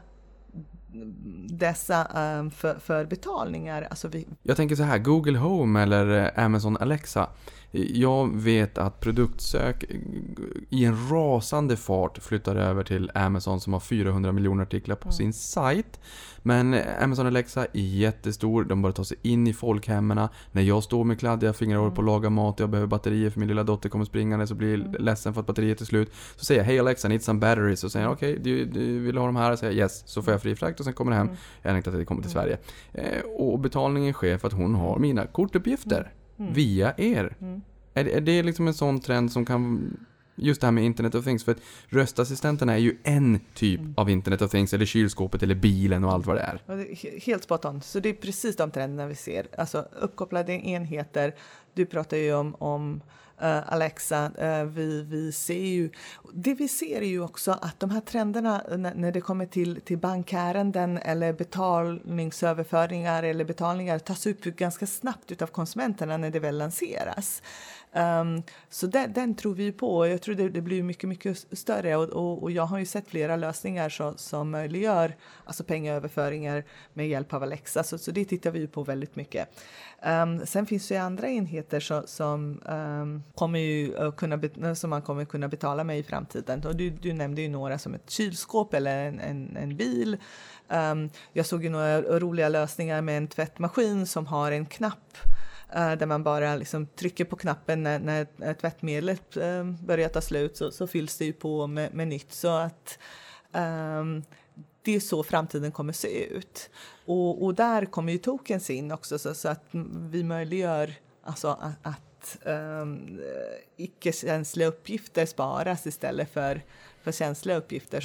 Speaker 4: dessa för betalningar. Alltså
Speaker 3: Jag tänker så här, Google Home eller Amazon Alexa. Jag vet att produktsök i en rasande fart flyttar över till Amazon, som har 400 miljoner artiklar på sin sajt. Men Amazon Alexa är jättestor, de bara tar sig in i folkhemmen. När jag står med kladdiga fingrar och på att laga mat och jag behöver batterier för min lilla dotter kommer springande, så blir jag ledsen för att batteriet är slut. Så säger jag, hej Alexa, need some batteries. Så säger jag, okej, du vill ha de här? Så säger jag, yes. Så får jag fri frakt och sen kommer det hem. Jag har inte att det kommer till Sverige. Och betalningen sker för att hon har mina kortuppgifter via er. Är det liksom en sån trend som kan... Just det här med Internet of Things, för att röstassistenterna är ju en typ av Internet of Things, eller kylskåpet eller bilen och allt vad det är.
Speaker 4: Helt spot on. Så det är precis de trenderna vi ser. Alltså uppkopplade enheter. Du pratar ju om Alexa. Vi ser ju... Det vi ser är ju också att de här trenderna när det kommer till bankärenden eller betalningsöverföringar eller betalningar tas upp ganska snabbt utav konsumenterna när det väl lanseras. Så den tror vi på. Jag tror det blir mycket, mycket större, och jag har ju sett flera lösningar som möjliggör alltså pengaöverföringar med hjälp av Alexa, så det tittar vi på väldigt mycket. Sen finns det andra enheter som som man kommer kunna betala med i framtiden. Och du nämnde ju några som ett kylskåp eller en bil. Jag såg ju några roliga lösningar med en tvättmaskin som har en knapp där man bara liksom trycker på knappen när tvättmedlet börjar ta slut, så fylls det ju på med nytt. Så att det är så framtiden kommer se ut. Och där kommer ju tokens in också, så att vi möjliggör alltså att icke-känsliga uppgifter sparas istället för känsliga uppgifter,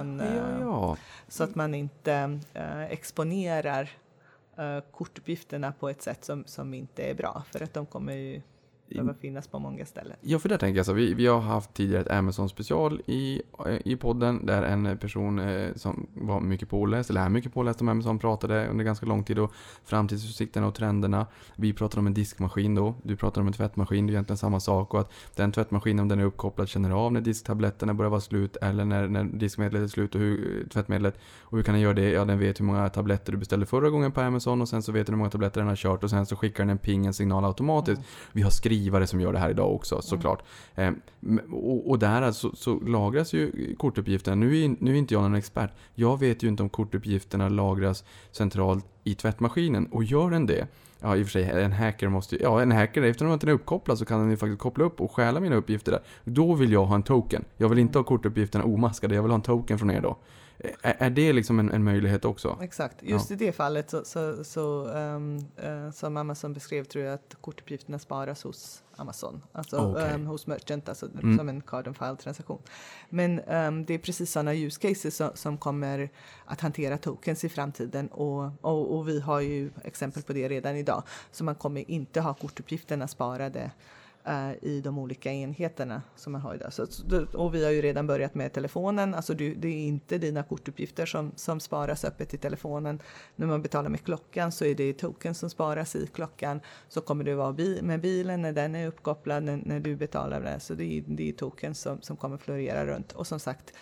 Speaker 4: så att man inte exponerar kortuppgifterna på ett sätt som inte är bra, för att de kommer ju behöva finnas på många ställen.
Speaker 3: Ja, för där tänker jag så. Vi har haft tidigare ett Amazon special i podden där en person som var mycket påläst, eller är mycket påläst om Amazon, pratade under ganska lång tid och framtidsutsikterna och trenderna. Vi pratade om en diskmaskin då, du pratade om en tvättmaskin, det är egentligen samma sak, och att den tvättmaskinen, om den är uppkopplad, känner av när disktabletterna börjar vara slut eller när diskmedlet är slut, och tvättmedlet, och hur kan den göra det? Ja, den vet hur många tabletter du beställde förra gången på Amazon, och sen så vet den hur många tabletter den har kört, och sen så skickar den en ping, en signal automatiskt. Vi har skrivare som gör det här idag också, såklart. Och där alltså, så lagras ju kortuppgifterna. Nu är inte jag någon expert. Jag vet ju inte om kortuppgifterna lagras centralt i tvättmaskinen. Och gör den det, ja, i och för sig, en hacker, efter att den är uppkopplad så kan den ju faktiskt koppla upp och stjäla mina uppgifter där. Då vill jag ha en token. Jag vill inte ha kortuppgifterna omaskade, jag vill ha en token från er då. Är det liksom en möjlighet också?
Speaker 4: Exakt. Just i det fallet så som Amazon beskrev, tror jag att kortuppgifterna sparas hos Amazon. Alltså hos merchant, alltså som en card and file transaktion. Men det är precis sådana use cases som kommer att hantera tokens i framtiden. Och vi har ju exempel på det redan idag. Så man kommer inte ha kortuppgifterna sparade i de olika enheterna som man har idag. Och vi har ju redan börjat med telefonen. Alltså det är inte dina kortuppgifter som sparas öppet i telefonen. När man betalar med klockan så är det token som sparas i klockan. Så kommer det vara med bilen när den är uppkopplad när du betalar det. Så det är token som kommer florera runt. Och som sagt,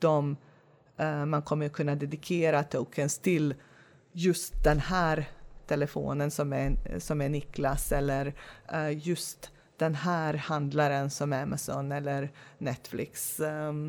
Speaker 4: man kommer kunna dedikera tokens till just den här telefonen som är Niklas, eller just den här handlaren som Amazon eller Netflix,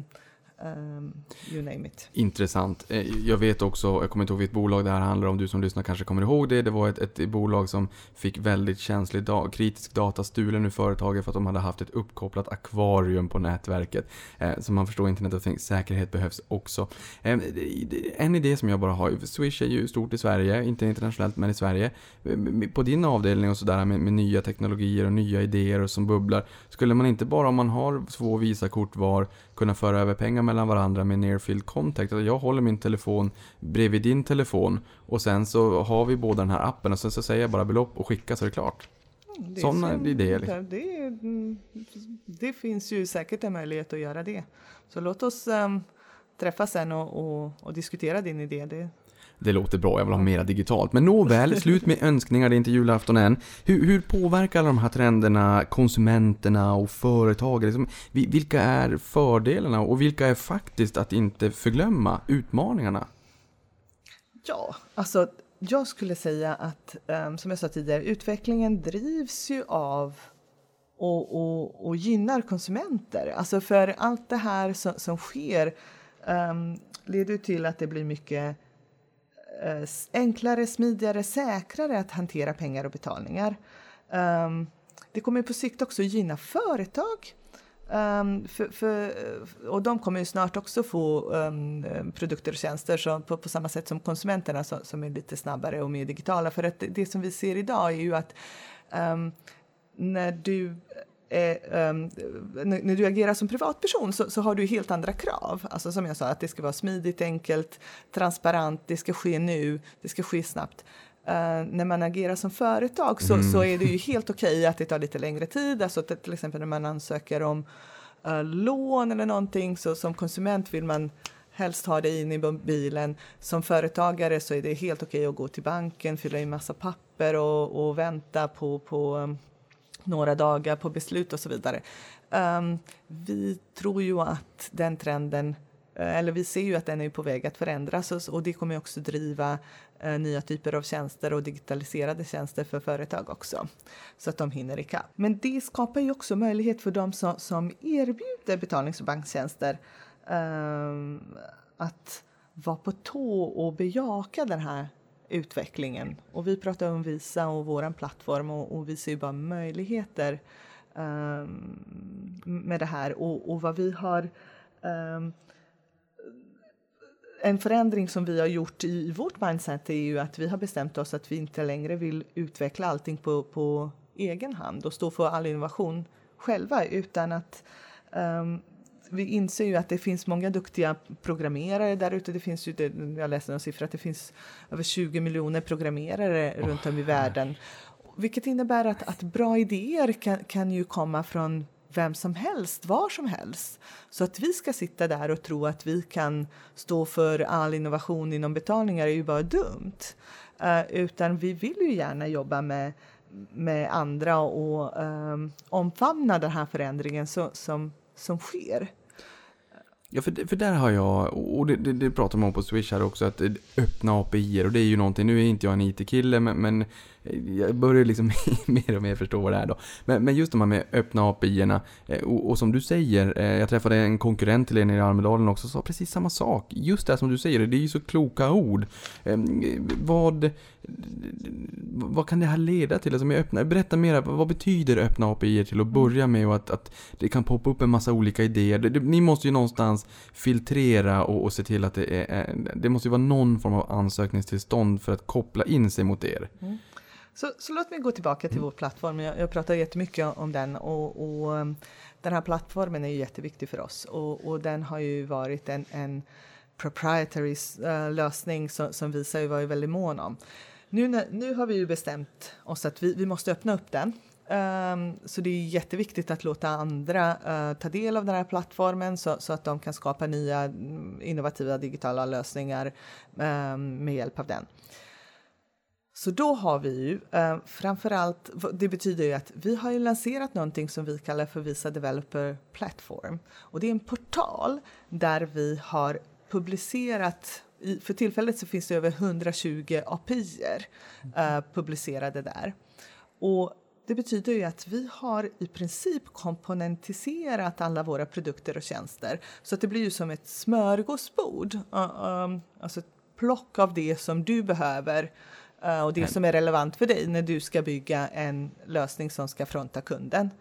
Speaker 4: you name it.
Speaker 3: Intressant. Jag vet också, jag kommer inte ihåg vilket bolag det här handlar om, du som lyssnar kanske kommer ihåg det. Det var ett bolag som fick väldigt känslig kritisk data stulen ur företaget för att de hade haft ett uppkopplat akvarium på nätverket. Så man förstår internet och tänker, säkerhet behövs också. En idé som jag bara har, Swish är ju stort i Sverige, inte internationellt men i Sverige. På din avdelning och sådär med nya teknologier och nya idéer och som bubblar, skulle man inte bara, om man har 2 Visa-kort var, kunna föra över pengar mellan varandra med near field contact? Alltså jag håller min telefon bredvid din telefon och sen så har vi båda den här appen och sen så säger jag bara belopp och skickar, så är det klart. Sådana idéer. Liksom.
Speaker 4: Det finns ju säkert en möjlighet att göra det. Så låt oss träffas sen och diskutera din idé.
Speaker 3: Det låter bra, jag vill ha mera digitalt. Men nåväl, slut med önskningar, det är inte julafton än. Hur påverkar alla de här trenderna konsumenterna och företag? Liksom, vilka är fördelarna och vilka är faktiskt, att inte förglömma, utmaningarna?
Speaker 4: Ja, alltså jag skulle säga att, som jag sa tidigare, utvecklingen drivs ju av och gynnar konsumenter. Alltså för allt det här som sker leder till att det blir mycket enklare, smidigare, säkrare att hantera pengar och betalningar. Det kommer på sikt också gynna företag. Och de kommer ju snart också få produkter och tjänster på samma sätt som konsumenterna som är lite snabbare och mer digitala. För att det som vi ser idag är ju att när du agerar som privatperson så har du helt andra krav. Alltså som jag sa, att det ska vara smidigt, enkelt, transparent, det ska ske nu, det ska ske snabbt. När man agerar som företag så är det ju helt okej att det tar lite längre tid. Alltså till exempel när man ansöker om lån eller någonting, så som konsument vill man helst ha det in i mobilen. Som företagare så är det helt okej att gå till banken, fylla i massa papper och vänta på några dagar på beslut och så vidare. Vi tror ju att den trenden, eller vi ser ju att den är på väg att förändras, och det kommer också driva nya typer av tjänster och digitaliserade tjänster för företag också, så att de hinner ikapp. Men det skapar ju också möjlighet för de som erbjuder betalnings- och banktjänster att vara på tå och bejaka den här utvecklingen. Och vi pratar om Visa och våran plattform och vi ser ju bara möjligheter med det här. Och vad vi har... En förändring som vi har gjort i vårt mindset är ju att vi har bestämt oss att vi inte längre vill utveckla allting på egen hand och stå för all innovation själva, utan att vi inser ju att det finns många duktiga programmerare där ute. Det finns ju, jag läste en siffra, att det finns över 20 miljoner programmerare runt om i världen. Vilket innebär att bra idéer kan ju komma från vem som helst, var som helst. Så att vi ska sitta där och tro att vi kan stå för all innovation inom betalningar är ju bara dumt. Utan vi vill ju gärna jobba med andra och omfamna den här förändringen som sker.
Speaker 3: Ja, för där har jag, och det pratar man om på Swish här också, att öppna API-er, och det är ju någonting, nu är inte jag en IT-kille, men jag börjar liksom mer och mer förstå vad det är då. Men just de här med öppna API-erna, och som du säger, jag träffade en konkurrent till er nere i Almedalen också, sa precis samma sak. Just det som du säger, det är ju så kloka ord. Vad kan det här leda till? Alltså med berätta mer, vad betyder öppna API-er till att börja med, och att det kan poppa upp en massa olika idéer. Ni måste ju någonstans filtrera och se till att det måste ju vara någon form av ansökningstillstånd för att koppla in sig mot er. Mm.
Speaker 4: Så låt mig gå tillbaka till vår plattform. Jag pratar jättemycket om den och den här plattformen är ju jätteviktig för oss. Och den har ju varit en proprietary lösning som Visa ju var ju väldigt mån om. Nu har vi ju bestämt oss att vi måste öppna upp den. Så det är jätteviktigt att låta andra ta del av den här plattformen så att de kan skapa nya innovativa digitala lösningar med hjälp av den. Så då har vi ju framförallt, det betyder ju att vi har ju lanserat någonting som vi kallar för Visa Developer Platform. Och det är en portal där vi har publicerat, för tillfället så finns det över 120 API-er publicerade där. Och det betyder ju att vi har i princip komponentiserat alla våra produkter och tjänster. Så att det blir ju som ett smörgåsbord, alltså ett plock av det som du behöver och det som är relevant för dig när du ska bygga en lösning som ska fronta kunden.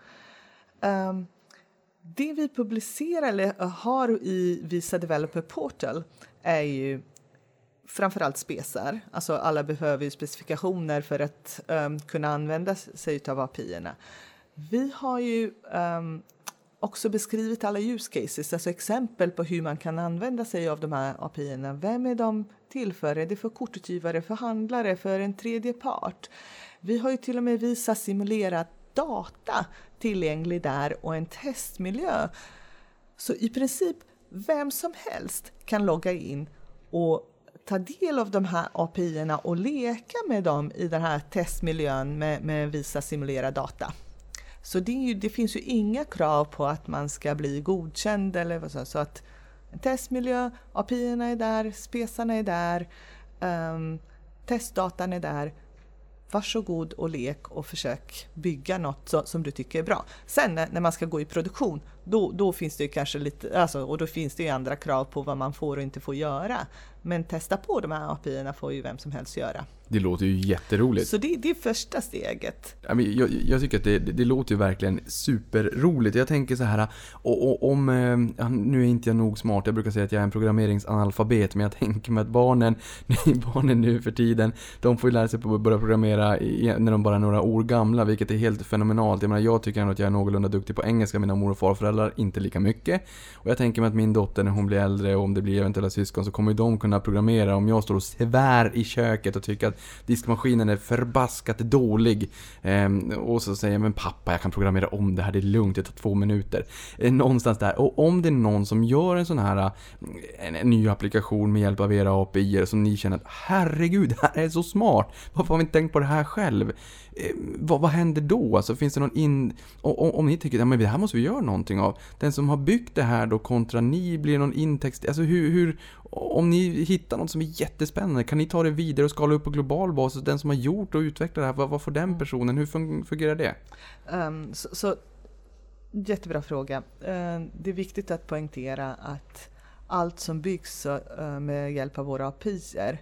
Speaker 4: Det vi publicerar eller har i Visa Developer Portal är ju framförallt spesar. Alltså alla behöver ju specifikationer för att kunna använda sig av API-erna. Vi har ju också beskrivit alla use cases, alltså exempel på hur man kan använda sig av de här API-erna. Vem är de till för? Är det för kortutgivare, för handlare, för en tredje part? Vi har ju till och med Visa simulerat data tillgänglig där och en testmiljö. Så i princip vem som helst kan logga in och ta del av de här API-erna och leka med dem i den här testmiljön med Visa simulerad data. Så det finns ju inga krav på att man ska bli godkänd eller vad så att en testmiljö, API-erna är där, spesarna är där, testdatan är där. Varsågod och lek och försök bygga något som du tycker är bra. Sen när man ska gå i produktion, då finns det ju kanske lite, alltså, och då finns det ju andra krav på vad man får och inte får göra. Men testa på de här API-erna får ju vem som helst göra. Det låter ju jätteroligt. Så det är första steget. Jag tycker att det låter ju verkligen superroligt. Jag tänker så här, om nu är inte jag nog smart, jag brukar säga att jag är en programmeringsanalfabet, men jag tänker mig att barnen nu för tiden, de får ju lära sig på att börja programmera när de bara är några år gamla, vilket är helt fenomenalt. Jag tycker ändå att jag är någorlunda duktig på engelska, mina mor- och farföräldrar inte lika mycket. Och jag tänker mig att min dotter, när hon blir äldre och om det blir eventuella syskon, så kommer ju de kunna programmera. Om jag står och svär i köket och tycker att diskmaskinen är förbaskat dålig och så säger jag, men pappa, jag kan programmera om det här, det är lugnt, det tar 2 minuter. Någonstans där. Och om det är någon som gör en sån här en ny applikation med hjälp av era API-er som ni känner att herregud, det här är så smart, varför har vi inte tänkt på det här själv? Vad händer då? Alltså, finns det någon om ni tycker att det här måste vi göra någonting av, den som har byggt det här då kontra ni, blir någon intäkt, alltså hur
Speaker 3: Om ni hittar något som är jättespännande, kan ni ta det vidare och skala upp på global basis? Den som har gjort och utvecklat det här, vad får den personen? Hur fungerar det?
Speaker 4: Så jättebra fråga. Det är viktigt att poängtera att allt som byggs med hjälp av våra API:er,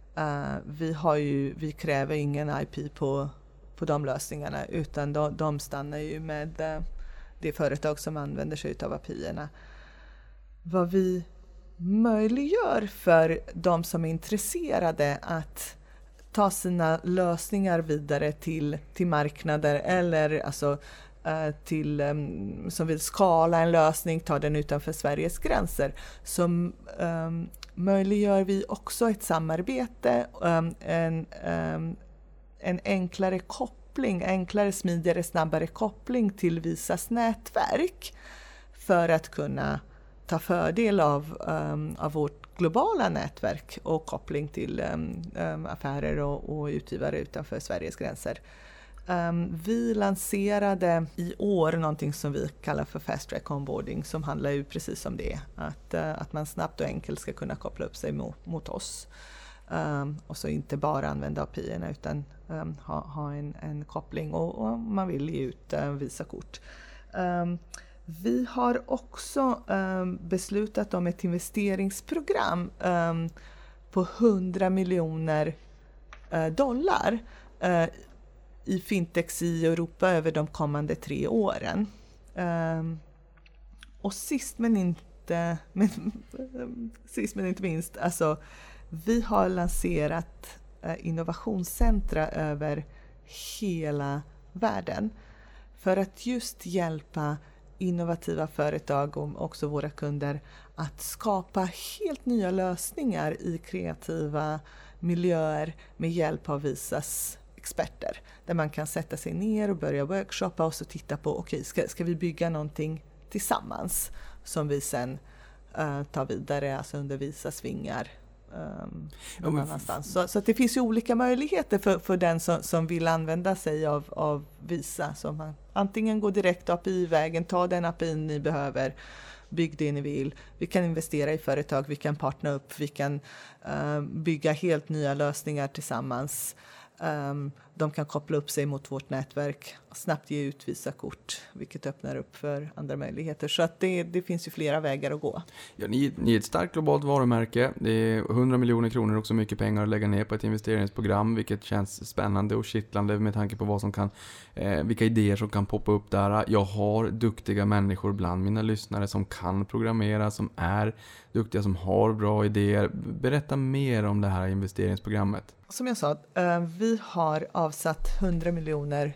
Speaker 4: vi kräver ingen IP på de lösningarna, utan de stannar ju med det företag som använder sig av API:erna. Vad vi möjliggör för de som är intresserade att ta sina lösningar vidare till marknader eller alltså som vill skala en lösning, ta den utanför Sveriges gränser, så möjliggör vi också ett samarbete, en enklare koppling, enklare, smidigare, snabbare koppling till Visas nätverk för att kunna ta fördel av vårt globala nätverk och koppling till affärer och utgivare utanför Sveriges gränser. Vi lanserade i år någonting som vi kallar för Fast Track Onboarding, som handlar ju precis om det, att man snabbt och enkelt ska kunna koppla upp sig mot oss. Och så inte bara använda API-erna utan ha en koppling och man vill ge ut Visa-kort. Vi har också beslutat om ett investeringsprogram på $100 miljoner i fintechs i Europa över de kommande 3 åren. Och sist men inte minst, alltså, vi har lanserat innovationscentra över hela världen för att just hjälpa innovativa företag och också våra kunder att skapa helt nya lösningar i kreativa miljöer med hjälp av Visas experter. Där man kan sätta sig ner och börja workshoppa och så titta på ska vi bygga någonting tillsammans som vi sen tar vidare, alltså under Visas vingar någon annanstans. Så att det finns ju olika möjligheter för den som vill använda sig av Visa. Så man antingen går direkt API-vägen, ta den API ni behöver, bygg det ni vill. Vi kan investera i företag, vi kan partna upp, vi kan bygga helt nya lösningar tillsammans. De kan koppla upp sig mot vårt nätverk och snabbt ge ut Visa-kort, vilket öppnar upp för andra möjligheter. Så att det finns ju flera vägar att gå. Ja,
Speaker 3: ni är ett starkt globalt varumärke. Det är 100 miljoner kronor, också mycket pengar att lägga ner på ett investeringsprogram, vilket känns spännande och kittlande med tanke på vad som kan, vilka idéer som kan poppa upp där. Jag har duktiga människor bland mina lyssnare som kan programmera, som är duktiga, som har bra idéer. Berätta mer om det här investeringsprogrammet.
Speaker 4: Som jag sa, vi har avsatt $100 miljoner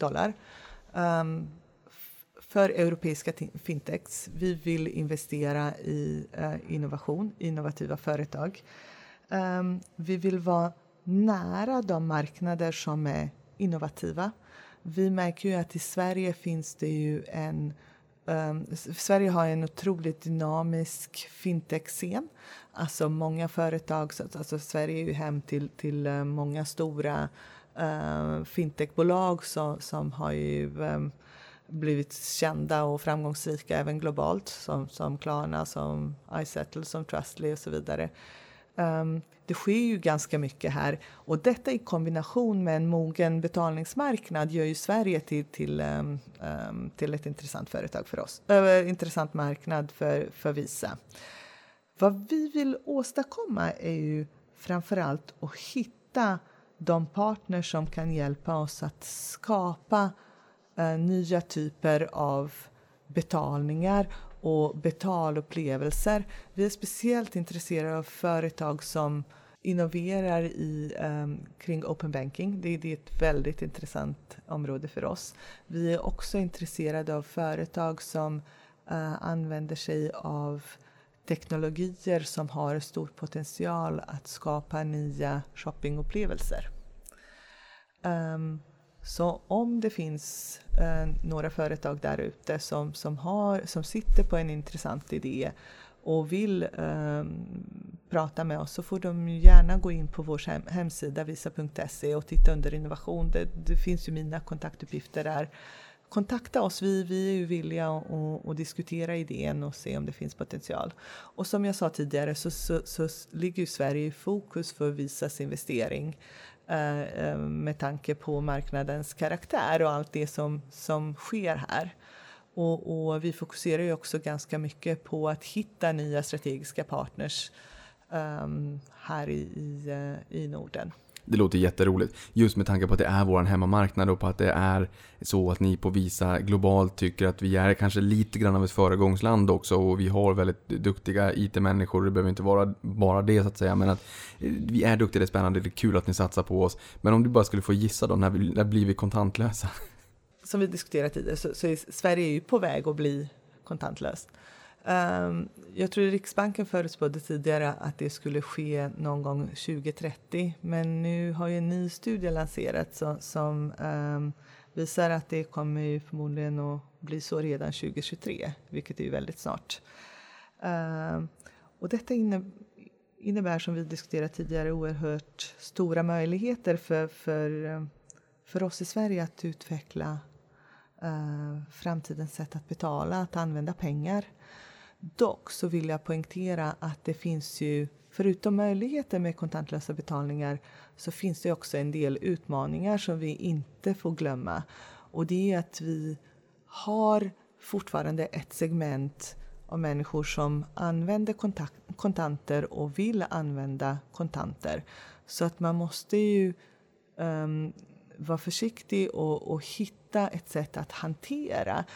Speaker 4: för europeiska fintechs. Vi vill investera i innovativa företag. Vi vill vara nära de marknader som är innovativa. Vi märker ju att i Sverige finns det ju Sverige har en otroligt dynamisk fintech-scen. Alltså många företag, alltså Sverige är ju hem till många stora fintechbolag som har ju blivit kända och framgångsrika även globalt, som Klarna, som iSettle, som Trustly och så vidare. Det sker ju ganska mycket här, och detta i kombination med en mogen betalningsmarknad gör ju Sverige till ett intressant företag för oss, intressant marknad för Visa. Vad vi vill åstadkomma är ju framförallt att hitta de partners som kan hjälpa oss att skapa nya typer av betalningar och betalupplevelser. Vi är speciellt intresserade av företag som innoverar kring open banking. Det är ett väldigt intressant område för oss. Vi är också intresserade av företag som använder sig av teknologier som har stor potential att skapa nya shoppingupplevelser. Så om det finns några företag där ute som sitter på en intressant idé och vill prata med oss, så får de gärna gå in på vår hemsida visa.se och titta under innovation. Det finns ju mina kontaktuppgifter där. kontakta oss. Vi är ju villiga att diskutera idén och se om det finns potential. Och som jag sa tidigare så ligger ju Sverige i fokus för Visas investering med tanke på marknadens karaktär och allt det som sker här. Och vi fokuserar ju också ganska mycket på att hitta nya strategiska partners här i Norden.
Speaker 3: Det låter jätteroligt. Just med tanke på att det är vår hemmamarknad och på att det är så att ni på Visa globalt tycker att vi är kanske lite grann av ett föregångsland också, och vi har väldigt duktiga IT-människor. Det behöver inte vara bara det så att säga, men att vi är duktiga, det är spännande, det är kul att ni satsar på oss. Men om du bara skulle få gissa då, när blir vi kontantlösa?
Speaker 4: Som vi diskuterat tidigare så är Sverige ju på väg att bli kontantlöst. Jag tror Riksbanken förutspådde tidigare att det skulle ske någon gång 2030. Men nu har ju en ny studie lanserats som visar att det kommer ju förmodligen att bli så redan 2023. Vilket är ju väldigt snart. Och detta innebär, som vi diskuterat tidigare, oerhört stora möjligheter för oss i Sverige att utveckla framtidens sätt att betala, att använda pengar. Dock så vill jag poängtera att det finns ju, förutom möjligheter med kontantlösa betalningar, så finns det också en del utmaningar som vi inte får glömma. Och det är att vi har fortfarande ett segment av människor som använder kontanter och vill använda kontanter. Så att man måste ju vara försiktig och hitta ett sätt att hantera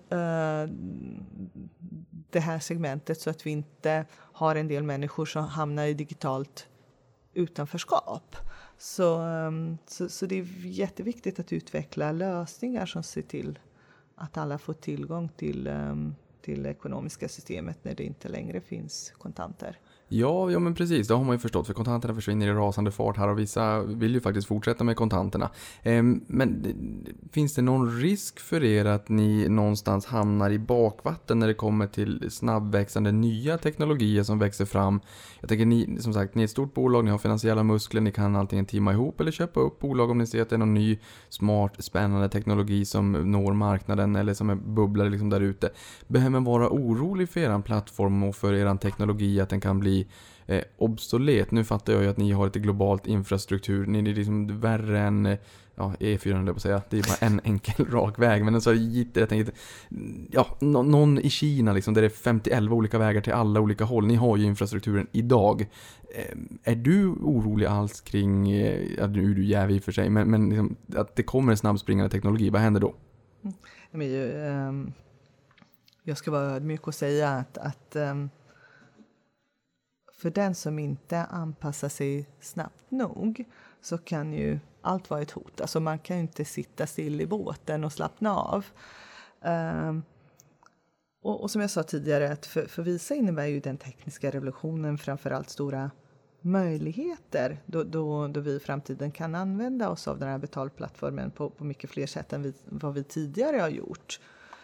Speaker 4: det här segmentet, så att vi inte har en del människor som hamnar i digitalt utanförskap. Så det är jätteviktigt att utveckla lösningar som ser till att alla får tillgång till det ekonomiska systemet när det inte längre finns kontanter.
Speaker 3: Ja, men precis. Det har man ju förstått. För kontanterna försvinner i rasande fart här och vissa vill ju faktiskt fortsätta med kontanterna. Men finns det någon risk för er att ni någonstans hamnar i bakvatten när det kommer till snabbväxande nya teknologier som växer fram? Jag tänker, ni är ett stort bolag, ni har finansiella muskler, ni kan antingen teama ihop eller köpa upp bolag om ni ser att det är någon ny, smart, spännande teknologi som når marknaden eller som är bubblar liksom där ute. Behöver man vara orolig för er plattform och för er teknologi att den kan bli obsolet? Nu fattar jag ju att ni har ett globalt infrastruktur. Ni är liksom värre än E400 på att säga. Det är bara en enkel rak väg. Men så någon i Kina liksom, där det är 51 olika vägar till alla olika håll. Ni har ju infrastrukturen idag. Är du orolig alls kring nu är du jävig för sig, men liksom, att det kommer en snabbspringande teknologi, vad händer då?
Speaker 4: Jag ska vara ödmjuk och säga att för den som inte anpassar sig snabbt nog så kan ju allt vara ett hot. Alltså man kan ju inte sitta still i båten och slappna av. Och som jag sa tidigare, att för Visa innebär ju den tekniska revolutionen framförallt stora möjligheter då vi i framtiden kan använda oss av den här betalplattformen på mycket fler sätt än vad vi tidigare har gjort.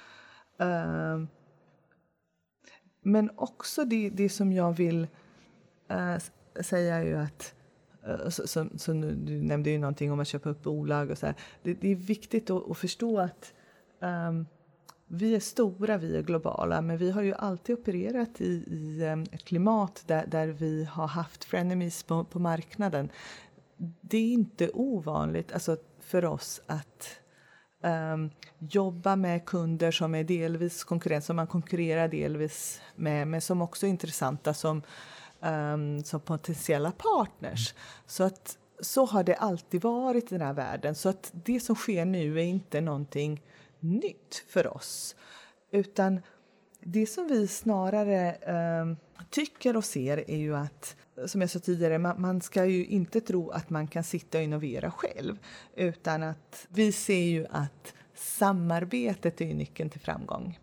Speaker 4: Men också det som jag vill säga är ju att så du nämnde ju någonting om att köpa upp bolag och så här. Det är viktigt att förstå att vi är stora, vi är globala, men vi har ju alltid opererat i ett klimat där vi har haft frenemies på marknaden. Det är inte ovanligt alltså, för oss att jobba med kunder som är delvis konkurrenter, som man konkurrerar delvis med, men som också är intressanta som potentiella partners. Så har det alltid varit i den här världen. Så att det som sker nu är inte någonting nytt för oss. Utan det som vi snarare tycker och ser är ju att, som jag sa tidigare, man ska ju inte tro att man kan sitta och innovera själv. Utan att vi ser ju att samarbetet är nyckeln till framgång.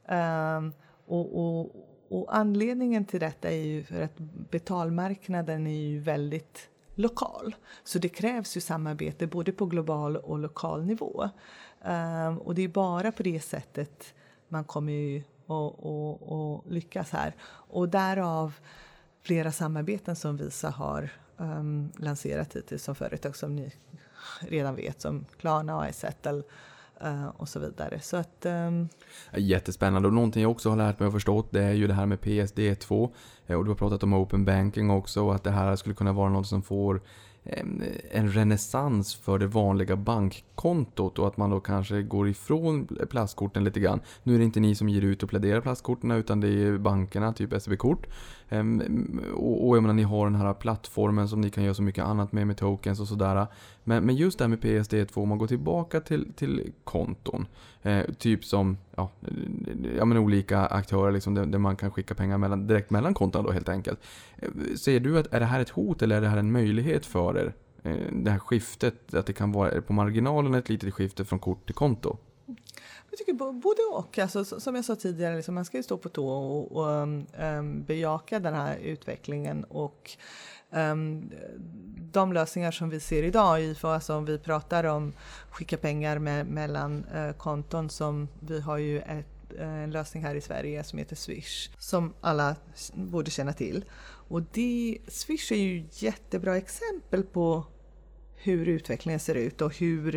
Speaker 4: Och anledningen till detta är ju för att betalmarknaden är ju väldigt lokal. Så det krävs ju samarbete både på global och lokal nivå. Och det är bara på det sättet man kommer ju att lyckas här. Och därav flera samarbeten som Visa har lanserat hittills som företag som ni redan vet, som Klarna, AirSettle, och så vidare. Så att,
Speaker 3: Jättespännande, och någonting jag också har lärt mig och förstått, det är ju det här med PSD2, och du har pratat om open banking också, och att det här skulle kunna vara något som får en renässans för det vanliga bankkontot, och att man då kanske går ifrån plastkorten lite grann. Nu är det inte ni som ger ut och pläderar plastkorten, utan det är bankerna, typ SEB-kort. Och jag menar, ni har den här plattformen som ni kan göra så mycket annat med tokens och sådär. Men just det här med PSD2, om man går tillbaka till konton, typ som men olika aktörer liksom, där man kan skicka pengar direkt mellan konton då, helt enkelt. Ser du att är det här ett hot eller är det här en möjlighet för er? Det här skiftet, att det kan vara på marginalen ett litet skifte från kort till konto?
Speaker 4: Jag tycker både och. Alltså, som jag sa tidigare, liksom, man ska ju stå på tå och bejaka den här utvecklingen. Och de lösningar som vi ser idag, alltså om vi pratar om skicka pengar mellan konton, som vi har ju en lösning här i Sverige som heter Swish, som alla borde känna till. Och Swish är ju ett jättebra exempel på hur utvecklingen ser ut och hur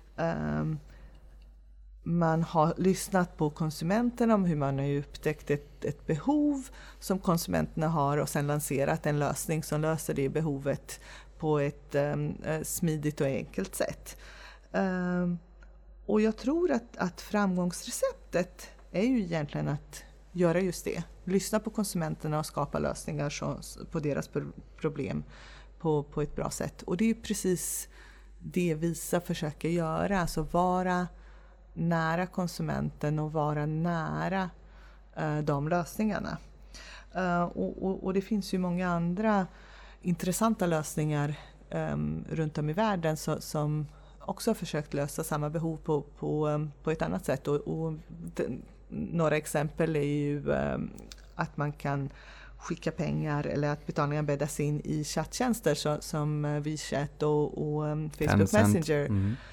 Speaker 4: man har lyssnat på konsumenterna, om hur man har upptäckt ett behov som konsumenterna har och sen lanserat en lösning som löser det behovet på ett smidigt och enkelt sätt. Och jag tror att framgångsreceptet är ju egentligen att göra just det. Lyssna på konsumenterna och skapa lösningar på deras problem på ett bra sätt. Och det är ju precis det Visa försöker göra, alltså vara nära konsumenten och vara nära de lösningarna. Och det finns ju många andra intressanta lösningar runt om i världen som också har försökt lösa samma behov på ett annat sätt. Och några exempel är ju att man kan skicka pengar eller att betalningar bäddas in i chatttjänster som WeChat och Facebook Messenger.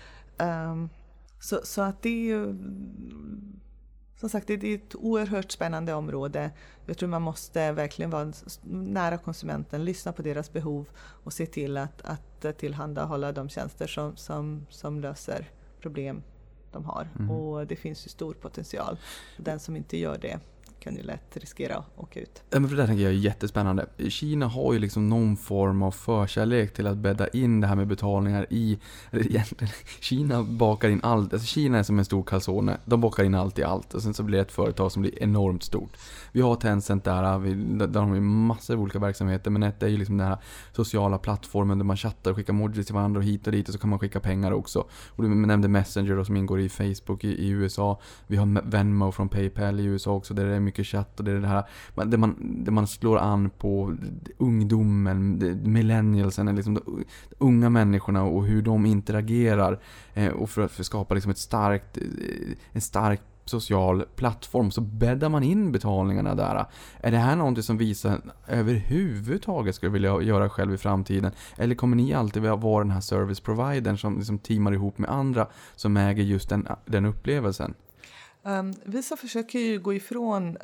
Speaker 4: Så att det är ju, som sagt, det är ett oerhört spännande område. Jag tror man måste verkligen vara nära konsumenten, lyssna på deras behov och se till att tillhandahålla de tjänster som löser problem de har. Och det finns ju stor potential. Den som inte gör det kan ju lätt riskera att åka ut.
Speaker 3: Men för det tänker jag är jättespännande. Kina har ju liksom någon form av förkärlek till att bädda in det här med betalningar i... Kina bakar in allt. Alltså Kina är som en stor calzone. De bakar in allt i allt. Och sen så blir det ett företag som blir enormt stort. Vi har Tencent där har vi massor av olika verksamheter. Men ett är ju liksom den här sociala plattformen där man chattar och skickar emojis till varandra och hit och dit. Och så kan man skicka pengar också. Och du nämnde Messenger då, som ingår i Facebook i USA. Vi har Venmo från PayPal i USA också, där det är mycket chatt, och det är det här där man slår an på ungdomen, millennialsen, liksom de unga människorna och hur de interagerar, och för att skapa liksom en stark social plattform, så bäddar man in betalningarna där. Är det här någonting som visar överhuvudtaget skulle vilja göra själv i framtiden, eller kommer ni alltid vara den här service providern som liksom teamar ihop med andra som äger just den upplevelsen?
Speaker 4: Visa försöker ju gå ifrån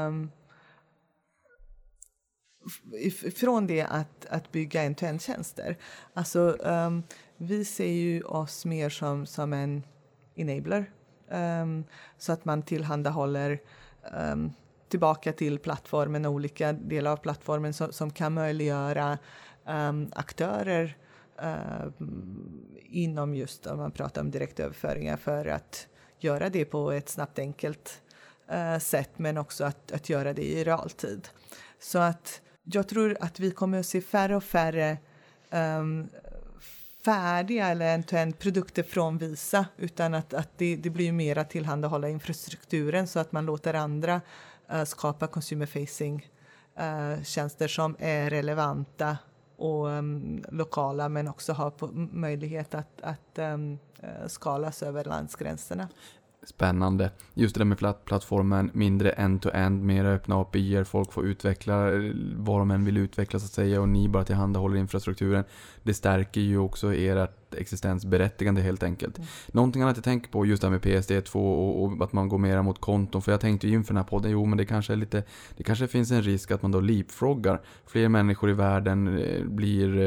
Speaker 4: det att bygga end-to-end-tjänster. Alltså, vi ser ju oss mer som en enabler. Så att man tillhandahåller tillbaka till plattformen och olika delar av plattformen som kan möjliggöra aktörer inom just, om man pratar om direktöverföringar, för att göra det på ett snabbt, enkelt sätt, men också att göra det i realtid. Så att jag tror att vi kommer att se färre och färre färdiga eller end-to-end produkter från Visa, utan att det blir mer att tillhandahålla infrastrukturen så att man låter andra skapa consumer-facing tjänster som är relevanta och lokala, men också har möjlighet att skalas över landsgränserna.
Speaker 3: Spännande. Just det där med plattformen, mindre end-to-end, mer öppna API-er, folk får utveckla vad de än vill utveckla så att säga, och ni bara tillhandahåller infrastrukturen. Det stärker ju också ert existensberättigande helt enkelt. Någonting annat jag tänker på just det här med PSD2 och att man går mer mot konton, för jag tänkte ju inför den här podden, men det kanske finns en risk att man då leapfroggar. Fler människor i världen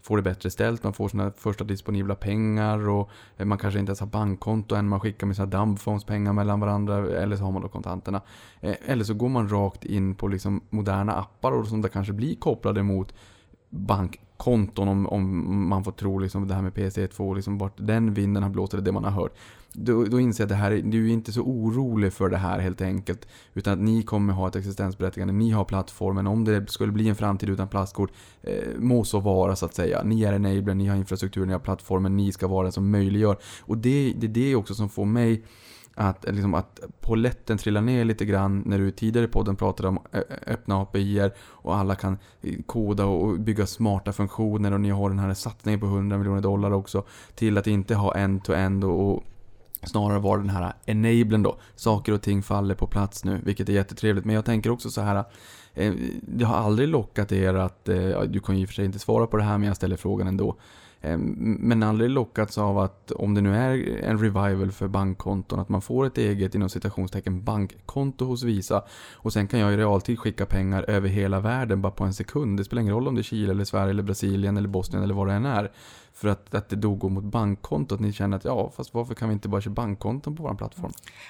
Speaker 3: får det bättre ställt, man får sina första disponibla pengar och man kanske inte ens har bankkonto än, man skickar med sina dumbphones-pengar mellan varandra, eller så har man då kontanterna. Eller så går man rakt in på liksom moderna appar och som det kanske blir kopplade mot bankkonton om man får tro liksom det här med PC2, liksom vart den vinden har blåst, eller det man har hört. Då inser jag att det här, du är inte så orolig för det här helt enkelt, utan att ni kommer ha ett existensberättigande, ni har plattformen, om det skulle bli en framtid utan plastkort, må så vara så att säga. Ni är enabler, ni har infrastrukturen, ni har plattformen, ni ska vara den som möjliggör. Och det är det också som får mig att poletten trillar ner lite grann när du tidigare i podden pratade om öppna API:er och alla kan koda och bygga smarta funktioner, och ni har den här satsningen på $100 miljoner också, till att inte ha end-to-end och snarare vara den här enablen då. Saker och ting faller på plats nu, vilket är jättetrevligt. Men jag tänker också så här, det har aldrig lockat er att, du kan ju i och för sig inte svara på det här, men jag ställer frågan ändå. Men aldrig lockats av att om det nu är en revival för bankkonton, att man får ett eget inom citationstecken bankkonto hos Visa, och sen kan jag i realtid skicka pengar över hela världen bara på en sekund. Det spelar ingen roll om det är Chile eller Sverige eller Brasilien eller Bosnien eller vad det än är, för att det då går mot bankkonto, att ni känner att fast varför kan vi inte bara köra bankkonton på vår plattform?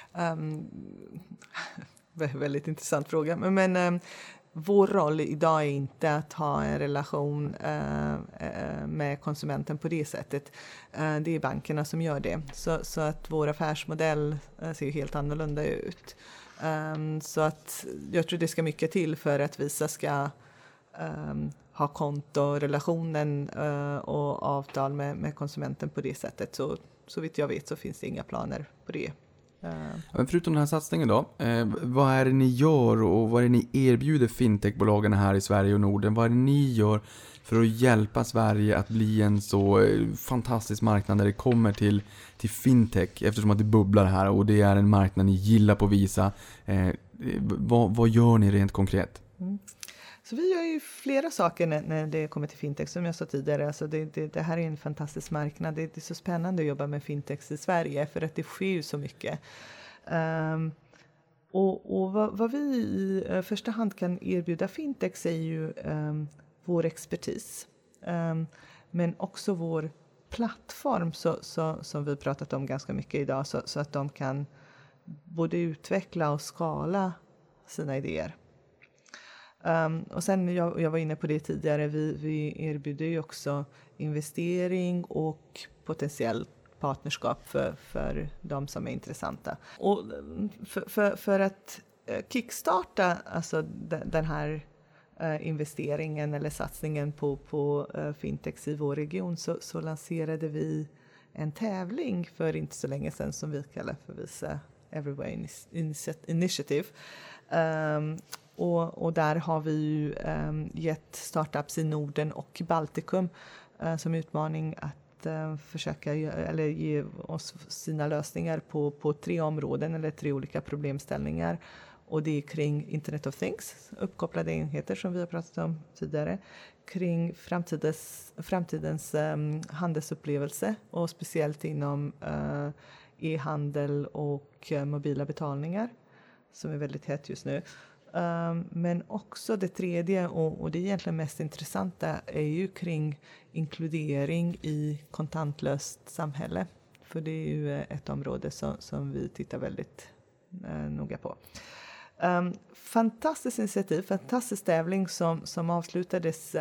Speaker 4: Väldigt intressant fråga, men vår roll idag är inte att ha en relation med konsumenten på det sättet. Det är bankerna som gör det. Så att vår affärsmodell ser helt annorlunda ut. Så att jag tror det ska mycket till för att Visa ska ha kontorelationen och avtal med konsumenten på det sättet. Så vitt jag vet så finns det inga planer på det.
Speaker 3: Men förutom den här satsningen då, vad är det ni gör och vad är det ni erbjuder fintechbolagen här i Sverige och Norden? Vad är det ni gör för att hjälpa Sverige att bli en så fantastisk marknad när det kommer till fintech, eftersom att det bubblar här och det är en marknad ni gillar på Visa. Vad gör ni rent konkret?
Speaker 4: Så vi gör ju flera saker när det kommer till fintech, som jag sa tidigare. Alltså det här är en fantastisk marknad. Det är så spännande att jobba med fintech i Sverige, för att det sker ju så mycket. Och vad vi i första hand kan erbjuda fintech är ju vår expertis. Men också vår plattform som vi pratat om ganska mycket idag, så att de kan både utveckla och skala sina idéer. Och sen, jag var inne på det tidigare, vi erbjuder ju också investering och potentiellt partnerskap för de som är intressanta. Och för att kickstarta alltså den här investeringen eller satsningen på fintech i vår region, så lanserade vi en tävling för inte så länge sedan som vi kallar för Visa Everywhere Initiative. Och där har vi ju gett startups i Norden och Baltikum som utmaning att försöka ge oss sina lösningar på 3 områden eller 3 olika problemställningar. Och det är kring Internet of Things, uppkopplade enheter som vi har pratat om tidigare, kring framtidens handelsupplevelse och speciellt inom e-handel och mobila betalningar som är väldigt hett just nu. Men också det tredje, och det är egentligen mest intressanta, är ju kring inkludering i kontantlöst samhälle. För det är ju ett område som vi tittar väldigt noga på. Fantastiskt initiativ, fantastisk tävling som avslutades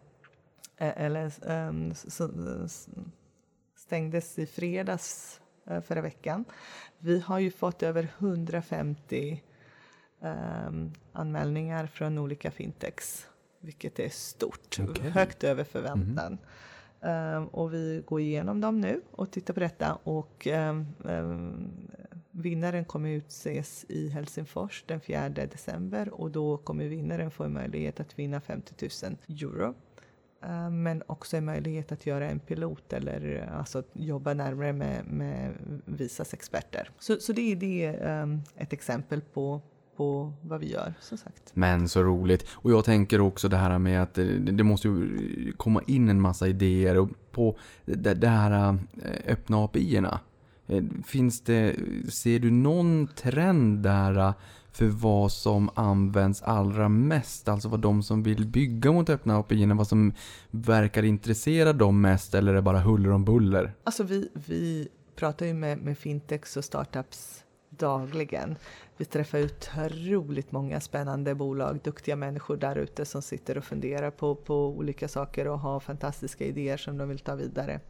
Speaker 4: stängdes i fredags förra veckan. Vi har ju fått över 150 anmälningar från olika fintechs, vilket är stort, högt över förväntan. Och vi går igenom dem nu och tittar på detta, och vinnaren kommer utses i Helsingfors den 4 december, och då kommer vinnaren få en möjlighet att vinna 50 000 euro. Men också en möjlighet att göra en pilot eller alltså jobba närmare med Visas experter. Så det är ett exempel på vad vi gör, som sagt.
Speaker 3: Men så roligt. Och jag tänker också det här med att det måste ju komma in en massa idéer och på det här öppna API-erna. Ser du någon trend där för vad som används allra mest? Alltså vad de som vill bygga mot öppna API, vad som verkar intressera dem mest, eller är det bara huller om buller?
Speaker 4: Alltså vi pratar ju med fintechs och startups dagligen. Vi träffar otroligt många spännande bolag, duktiga människor där ute som sitter och funderar på olika saker och har fantastiska idéer som de vill ta vidare.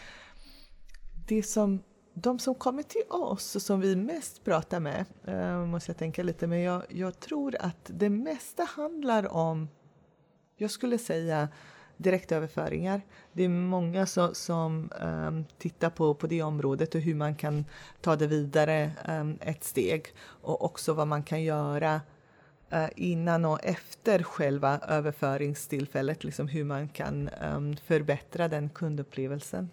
Speaker 4: De som kommer till oss och som vi mest pratar med, måste jag tänka lite, men jag tror att det mesta handlar om, jag skulle säga, direktöverföringar. Det är många som tittar på det området och hur man kan ta det vidare ett steg, och också vad man kan göra innan och efter själva överföringstillfället, liksom hur man kan förbättra den kundupplevelsen.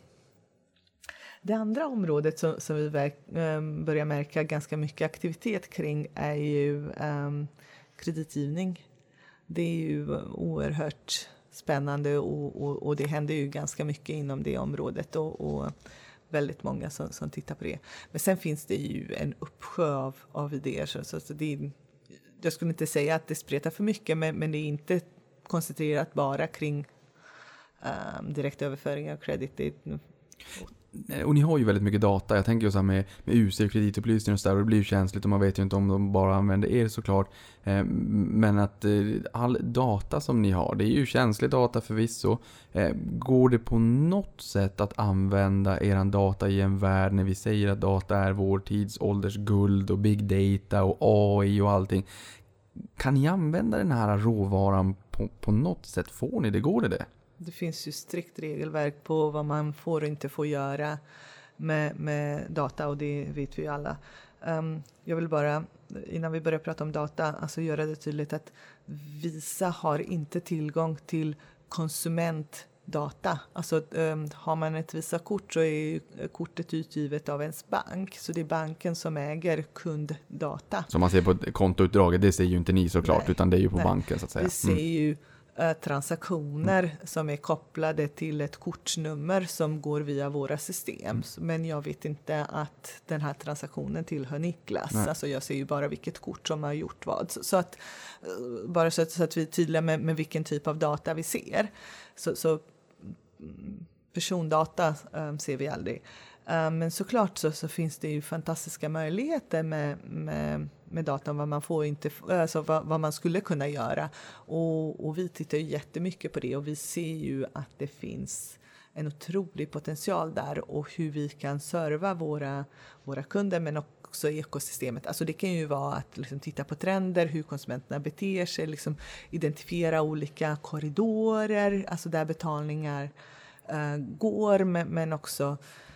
Speaker 4: Det andra området som vi börjar märka ganska mycket aktivitet kring är ju kreditgivning. Det är ju oerhört spännande och det händer ju ganska mycket inom det området och väldigt många som tittar på det. Men sen finns det ju en uppsjö av idéer. Så jag skulle inte säga att det spretar för mycket, men det är inte koncentrerat bara kring direktöverföring av kredit.
Speaker 3: Och ni har ju väldigt mycket data. Jag tänker ju så här med UC, kreditupplysning och så där, och det blir ju känsligt och man vet ju inte om de bara använder er såklart. Men att all data som ni har, det är ju känslig data förvisso. Går det på något sätt att använda eran data i en värld när vi säger att data är vår tidsålders guld och big data och AI och allting? Kan ni använda den här råvaran på något sätt? Får ni det? Går det?
Speaker 4: Det finns ju strikt regelverk på vad man får och inte får göra med data, och det vet vi ju alla. Jag vill bara, innan vi börjar prata om data, alltså göra det tydligt att Visa har inte tillgång till konsumentdata. Alltså har man ett Visa-kort så är kortet utgivet av ens bank, så det är banken som äger kunddata.
Speaker 3: Så man ser på kontoutdraget, det ser ju inte ni såklart, utan det är ju på banken så att säga.
Speaker 4: Vi ser ju transaktioner som är kopplade till ett kortnummer som går via våra system. Men jag vet inte att den här transaktionen tillhör Niklas.
Speaker 3: Nej.
Speaker 4: Alltså jag ser ju bara vilket kort som har gjort vad. Så att, bara så att vi är tydliga med vilken typ av data vi ser. Så persondata ser vi aldrig. Men såklart så finns det ju fantastiska möjligheter med datan, vad man får inte, alltså vad man skulle kunna göra, och vi tittar ju jättemycket på det, och vi ser ju att det finns en otrolig potential där, och hur vi kan serva våra kunder men också ekosystemet. Alltså det kan ju vara att liksom titta på trender, hur konsumenterna beter sig, liksom identifiera olika korridorer, alltså där betalningar går, men också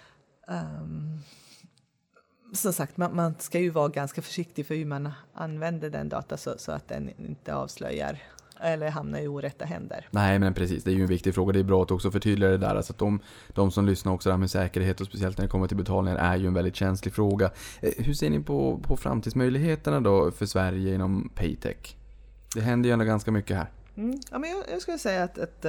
Speaker 4: som sagt, man ska ju vara ganska försiktig för hur man använder den data så att den inte avslöjar eller hamnar i orätta händer.
Speaker 3: Nej, men precis, det är ju en viktig fråga. Det är bra att också förtydliga det där, alltså att de som lyssnar också där med säkerhet, och speciellt när det kommer till betalningar, är ju en väldigt känslig fråga. Hur ser ni på framtidsmöjligheterna då för Sverige inom Paytech? Det händer ju ändå ganska mycket här.
Speaker 4: Ja, men jag skulle säga att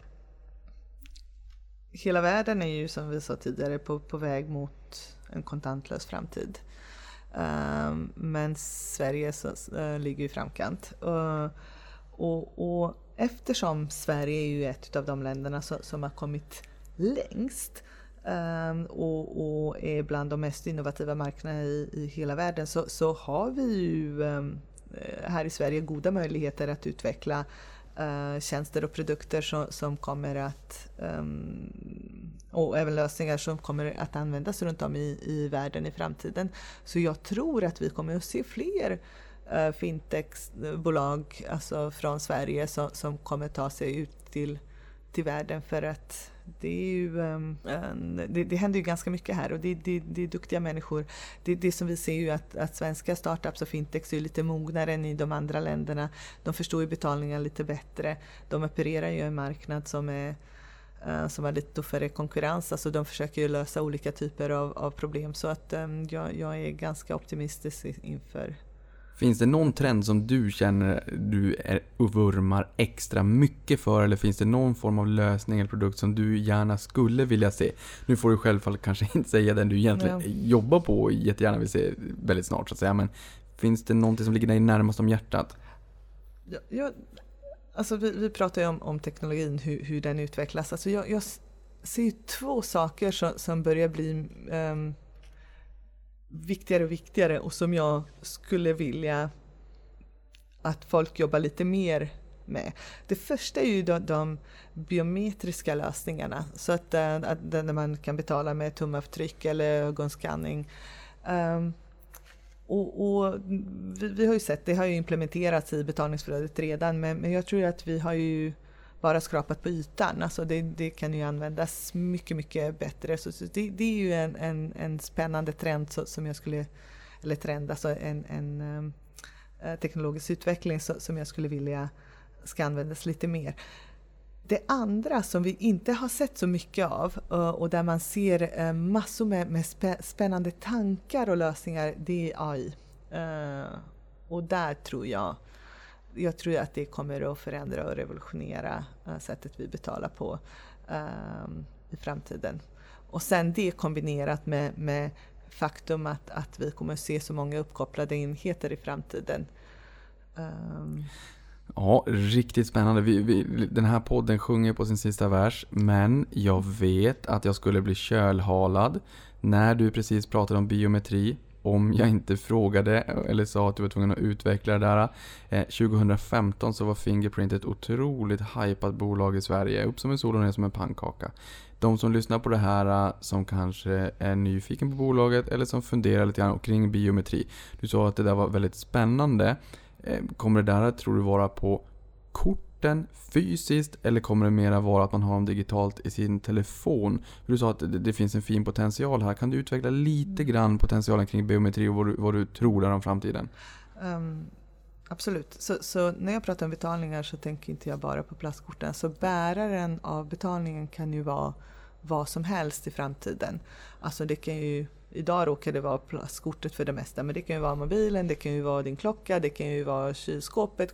Speaker 4: hela världen är ju, som vi sa tidigare, på väg mot en kontantlös framtid. Men Sverige ligger i framkant. Och eftersom Sverige är ju ett av de länderna som har kommit längst och är bland de mest innovativa marknaderna i hela världen, så har vi ju här i Sverige goda möjligheter att utveckla tjänster och produkter som kommer att och även lösningar som kommer att användas runt om i världen i framtiden. Så jag tror att vi kommer att se fler fintechbolag, alltså från Sverige, som kommer ta sig ut till världen, för att det är ju det händer ju ganska mycket här, och det är duktiga människor. Det som vi ser ju att svenska startups och fintechs är lite mognare än i de andra länderna. De förstår ju betalningar lite bättre. De opererar ju en marknad som är lite tuffare konkurrens. Alltså de försöker ju lösa olika typer av problem, så att jag är ganska optimistisk inför
Speaker 3: Finns det någon trend som du känner du vurmar extra mycket för, eller finns det någon form av lösning eller produkt som du gärna skulle vilja se? Nu får du självfallet kanske inte säga den du egentligen jobbar på och jättegärna vill se väldigt snart så att säga, men finns det någonting som ligger dig närmast om hjärtat?
Speaker 4: Alltså vi pratar ju om teknologin, hur den utvecklas. Alltså jag ser 2 saker som börjar bli viktigare och viktigare och som jag skulle vilja att folk jobbar lite mer med. Det första är ju de biometriska lösningarna, så att där man kan betala med tumavtryck eller ögonskanning. Och vi har ju sett, det har ju implementerats i betalningsflödet redan, men jag tror att vi har ju bara skrapat på ytan. Alltså det kan ju användas mycket, mycket bättre. Så det är ju en spännande trend som jag skulle, eller trend, alltså en teknologisk utveckling som jag skulle vilja ska användas lite mer. Det andra som vi inte har sett så mycket av och där man ser massor med spännande tankar och lösningar, det är AI. Och där tror jag tror att det kommer att förändra och revolutionera sättet vi betalar på i framtiden. Och sen det kombinerat med faktum att vi kommer att se så många uppkopplade enheter i framtiden.
Speaker 3: Ja, riktigt spännande. Den här podden sjunger på sin sista vers, men jag vet att jag skulle bli kölhalad när du precis pratade om biometri. Om jag inte frågade eller sa att du var tvungen att utveckla det där. 2015 så var Fingerprint ett otroligt hypat bolag i Sverige. Upp som en sol och ner som en pannkaka. De som lyssnar på det här som kanske är nyfiken på bolaget eller som funderar lite grann kring biometri. Du sa att det där var väldigt spännande. Kommer det där, tror du, vara på korten fysiskt eller kommer det mera vara att man har dem digitalt i sin telefon? Du sa att det finns en fin potential här. Kan du utveckla lite grann potentialen kring biometri och vad du tror där om framtiden?
Speaker 4: Absolut. Så när jag pratar om betalningar så tänker inte jag bara på plastkorten. Så bäraren av betalningen kan ju vara vad som helst i framtiden. Alltså det kan ju, idag råkar det vara plastkortet för det mesta, men det kan ju vara mobilen, det kan ju vara din klocka, det kan ju vara kylskåpet,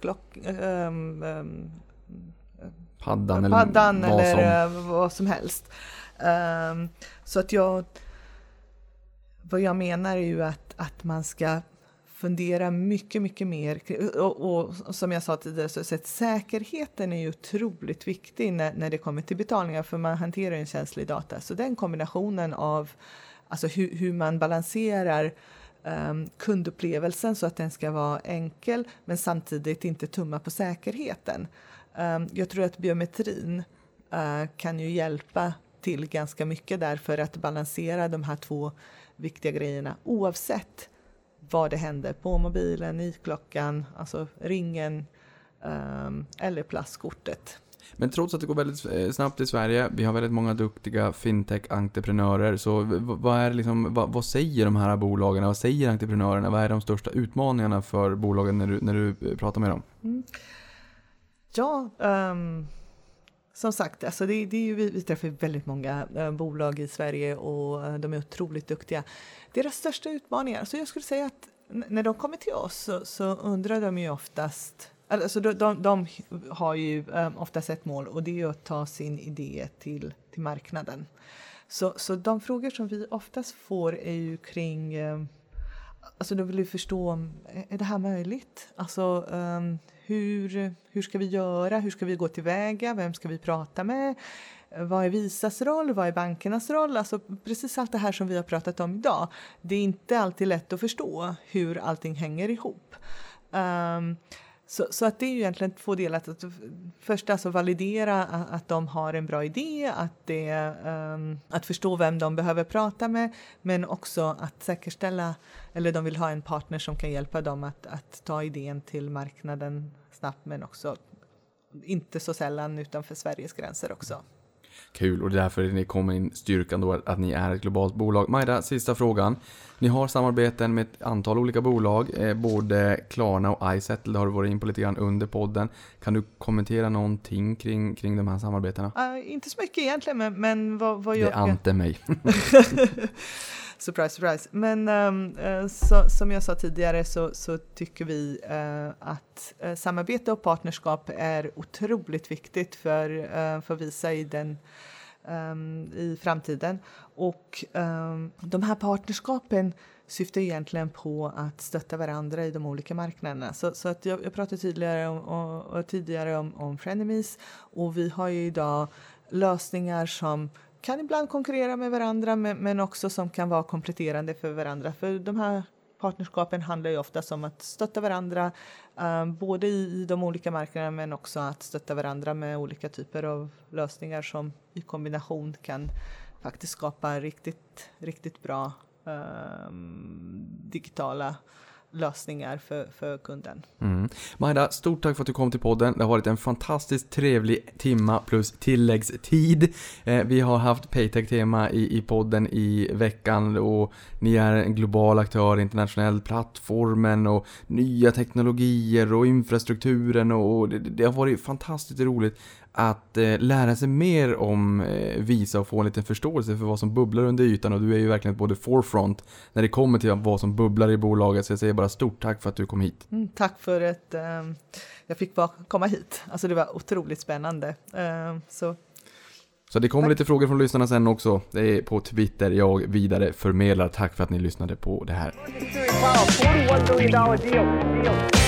Speaker 4: paddan eller vad som helst. Så att vad jag menar är ju att man ska fundera mycket, mycket mer. Och som jag sa tidigare så att säkerheten är ju otroligt viktig när det kommer till betalningar, för man hanterar en känslig data. Så den kombinationen av alltså hur man balanserar kundupplevelsen så att den ska vara enkel men samtidigt inte tumma på säkerheten. Jag tror att biometrin kan ju hjälpa till ganska mycket där för att balansera de här 2 viktiga grejerna oavsett vad det händer på mobilen, i klockan, alltså ringen eller plastkortet.
Speaker 3: Men trots att det går väldigt snabbt i Sverige, vi har väldigt många duktiga fintech-entreprenörer, så vad säger de här bolagen, vad säger entreprenörerna, vad är de största utmaningarna för bolagen när du pratar med dem?
Speaker 4: Ja, som sagt, alltså det är ju, vi träffar väldigt många bolag i Sverige och de är otroligt duktiga. Deras största utmaningar, så jag skulle säga att när de kommer till oss så undrar de ju oftast, alltså de har ju oftast ett mål och det är ju att ta sin idé till marknaden. Så de frågor som vi oftast får är ju kring, alltså de vill ju förstå, är det här möjligt? Alltså hur ska vi göra? Hur ska vi gå tillväga? Vem ska vi prata med? Vad är Visas roll? Vad är bankernas roll? Alltså precis allt det här som vi har pratat om idag. Det är inte alltid lätt att förstå hur allting hänger ihop. Så att det är ju egentligen 2 delar. Att först alltså validera att de har en bra idé, att förstå vem de behöver prata med, men också att säkerställa, eller de vill ha en partner som kan hjälpa dem att ta idén till marknaden snabbt, men också inte så sällan utanför Sveriges gränser också.
Speaker 3: Kul, och därför ni kommer in styrkan då att ni är ett globalt bolag. Majda, sista frågan. Ni har samarbeten med ett antal olika bolag, både Klarna och iSettle, det har du varit in på lite grann under podden. Kan du kommentera någonting kring de här samarbetena?
Speaker 4: Inte så mycket egentligen, men vad gör
Speaker 3: det ante mig.
Speaker 4: Surprise, surprise. Men som jag sa tidigare så tycker vi att samarbete och partnerskap är otroligt viktigt för Visa i framtiden. Och de här partnerskapen syftar egentligen på att stötta varandra i de olika marknaderna. Så att jag pratade tidigare om frenemies, och vi har ju idag lösningar som kan ibland konkurrera med varandra, men också som kan vara kompletterande för varandra. För de här partnerskapen handlar ju ofta om att stötta varandra både i de olika marknaderna, men också att stötta varandra med olika typer av lösningar som i kombination kan faktiskt skapa riktigt, riktigt bra digitala lösningar för kunden.
Speaker 3: Majda, stort tack för att du kom till podden. Det har varit en fantastiskt trevlig timma plus tilläggstid. Vi har haft Paytech-tema i podden i veckan, och ni är en global aktör, internationell plattformen och nya teknologier och infrastrukturen, och det har varit fantastiskt roligt att lära sig mer om Visa och få en liten förståelse för vad som bubblar under ytan, och du är ju verkligen både forefront när det kommer till vad som bubblar i bolaget, så jag säger bara stort tack för att du kom hit.
Speaker 4: Tack för att jag fick komma hit. Alltså det var otroligt spännande.
Speaker 3: Så det kommer lite frågor från lyssnarna sen också. Det är på Twitter jag vidare förmedlar. Tack för att ni lyssnade på det här.
Speaker 1: $41 billion deal.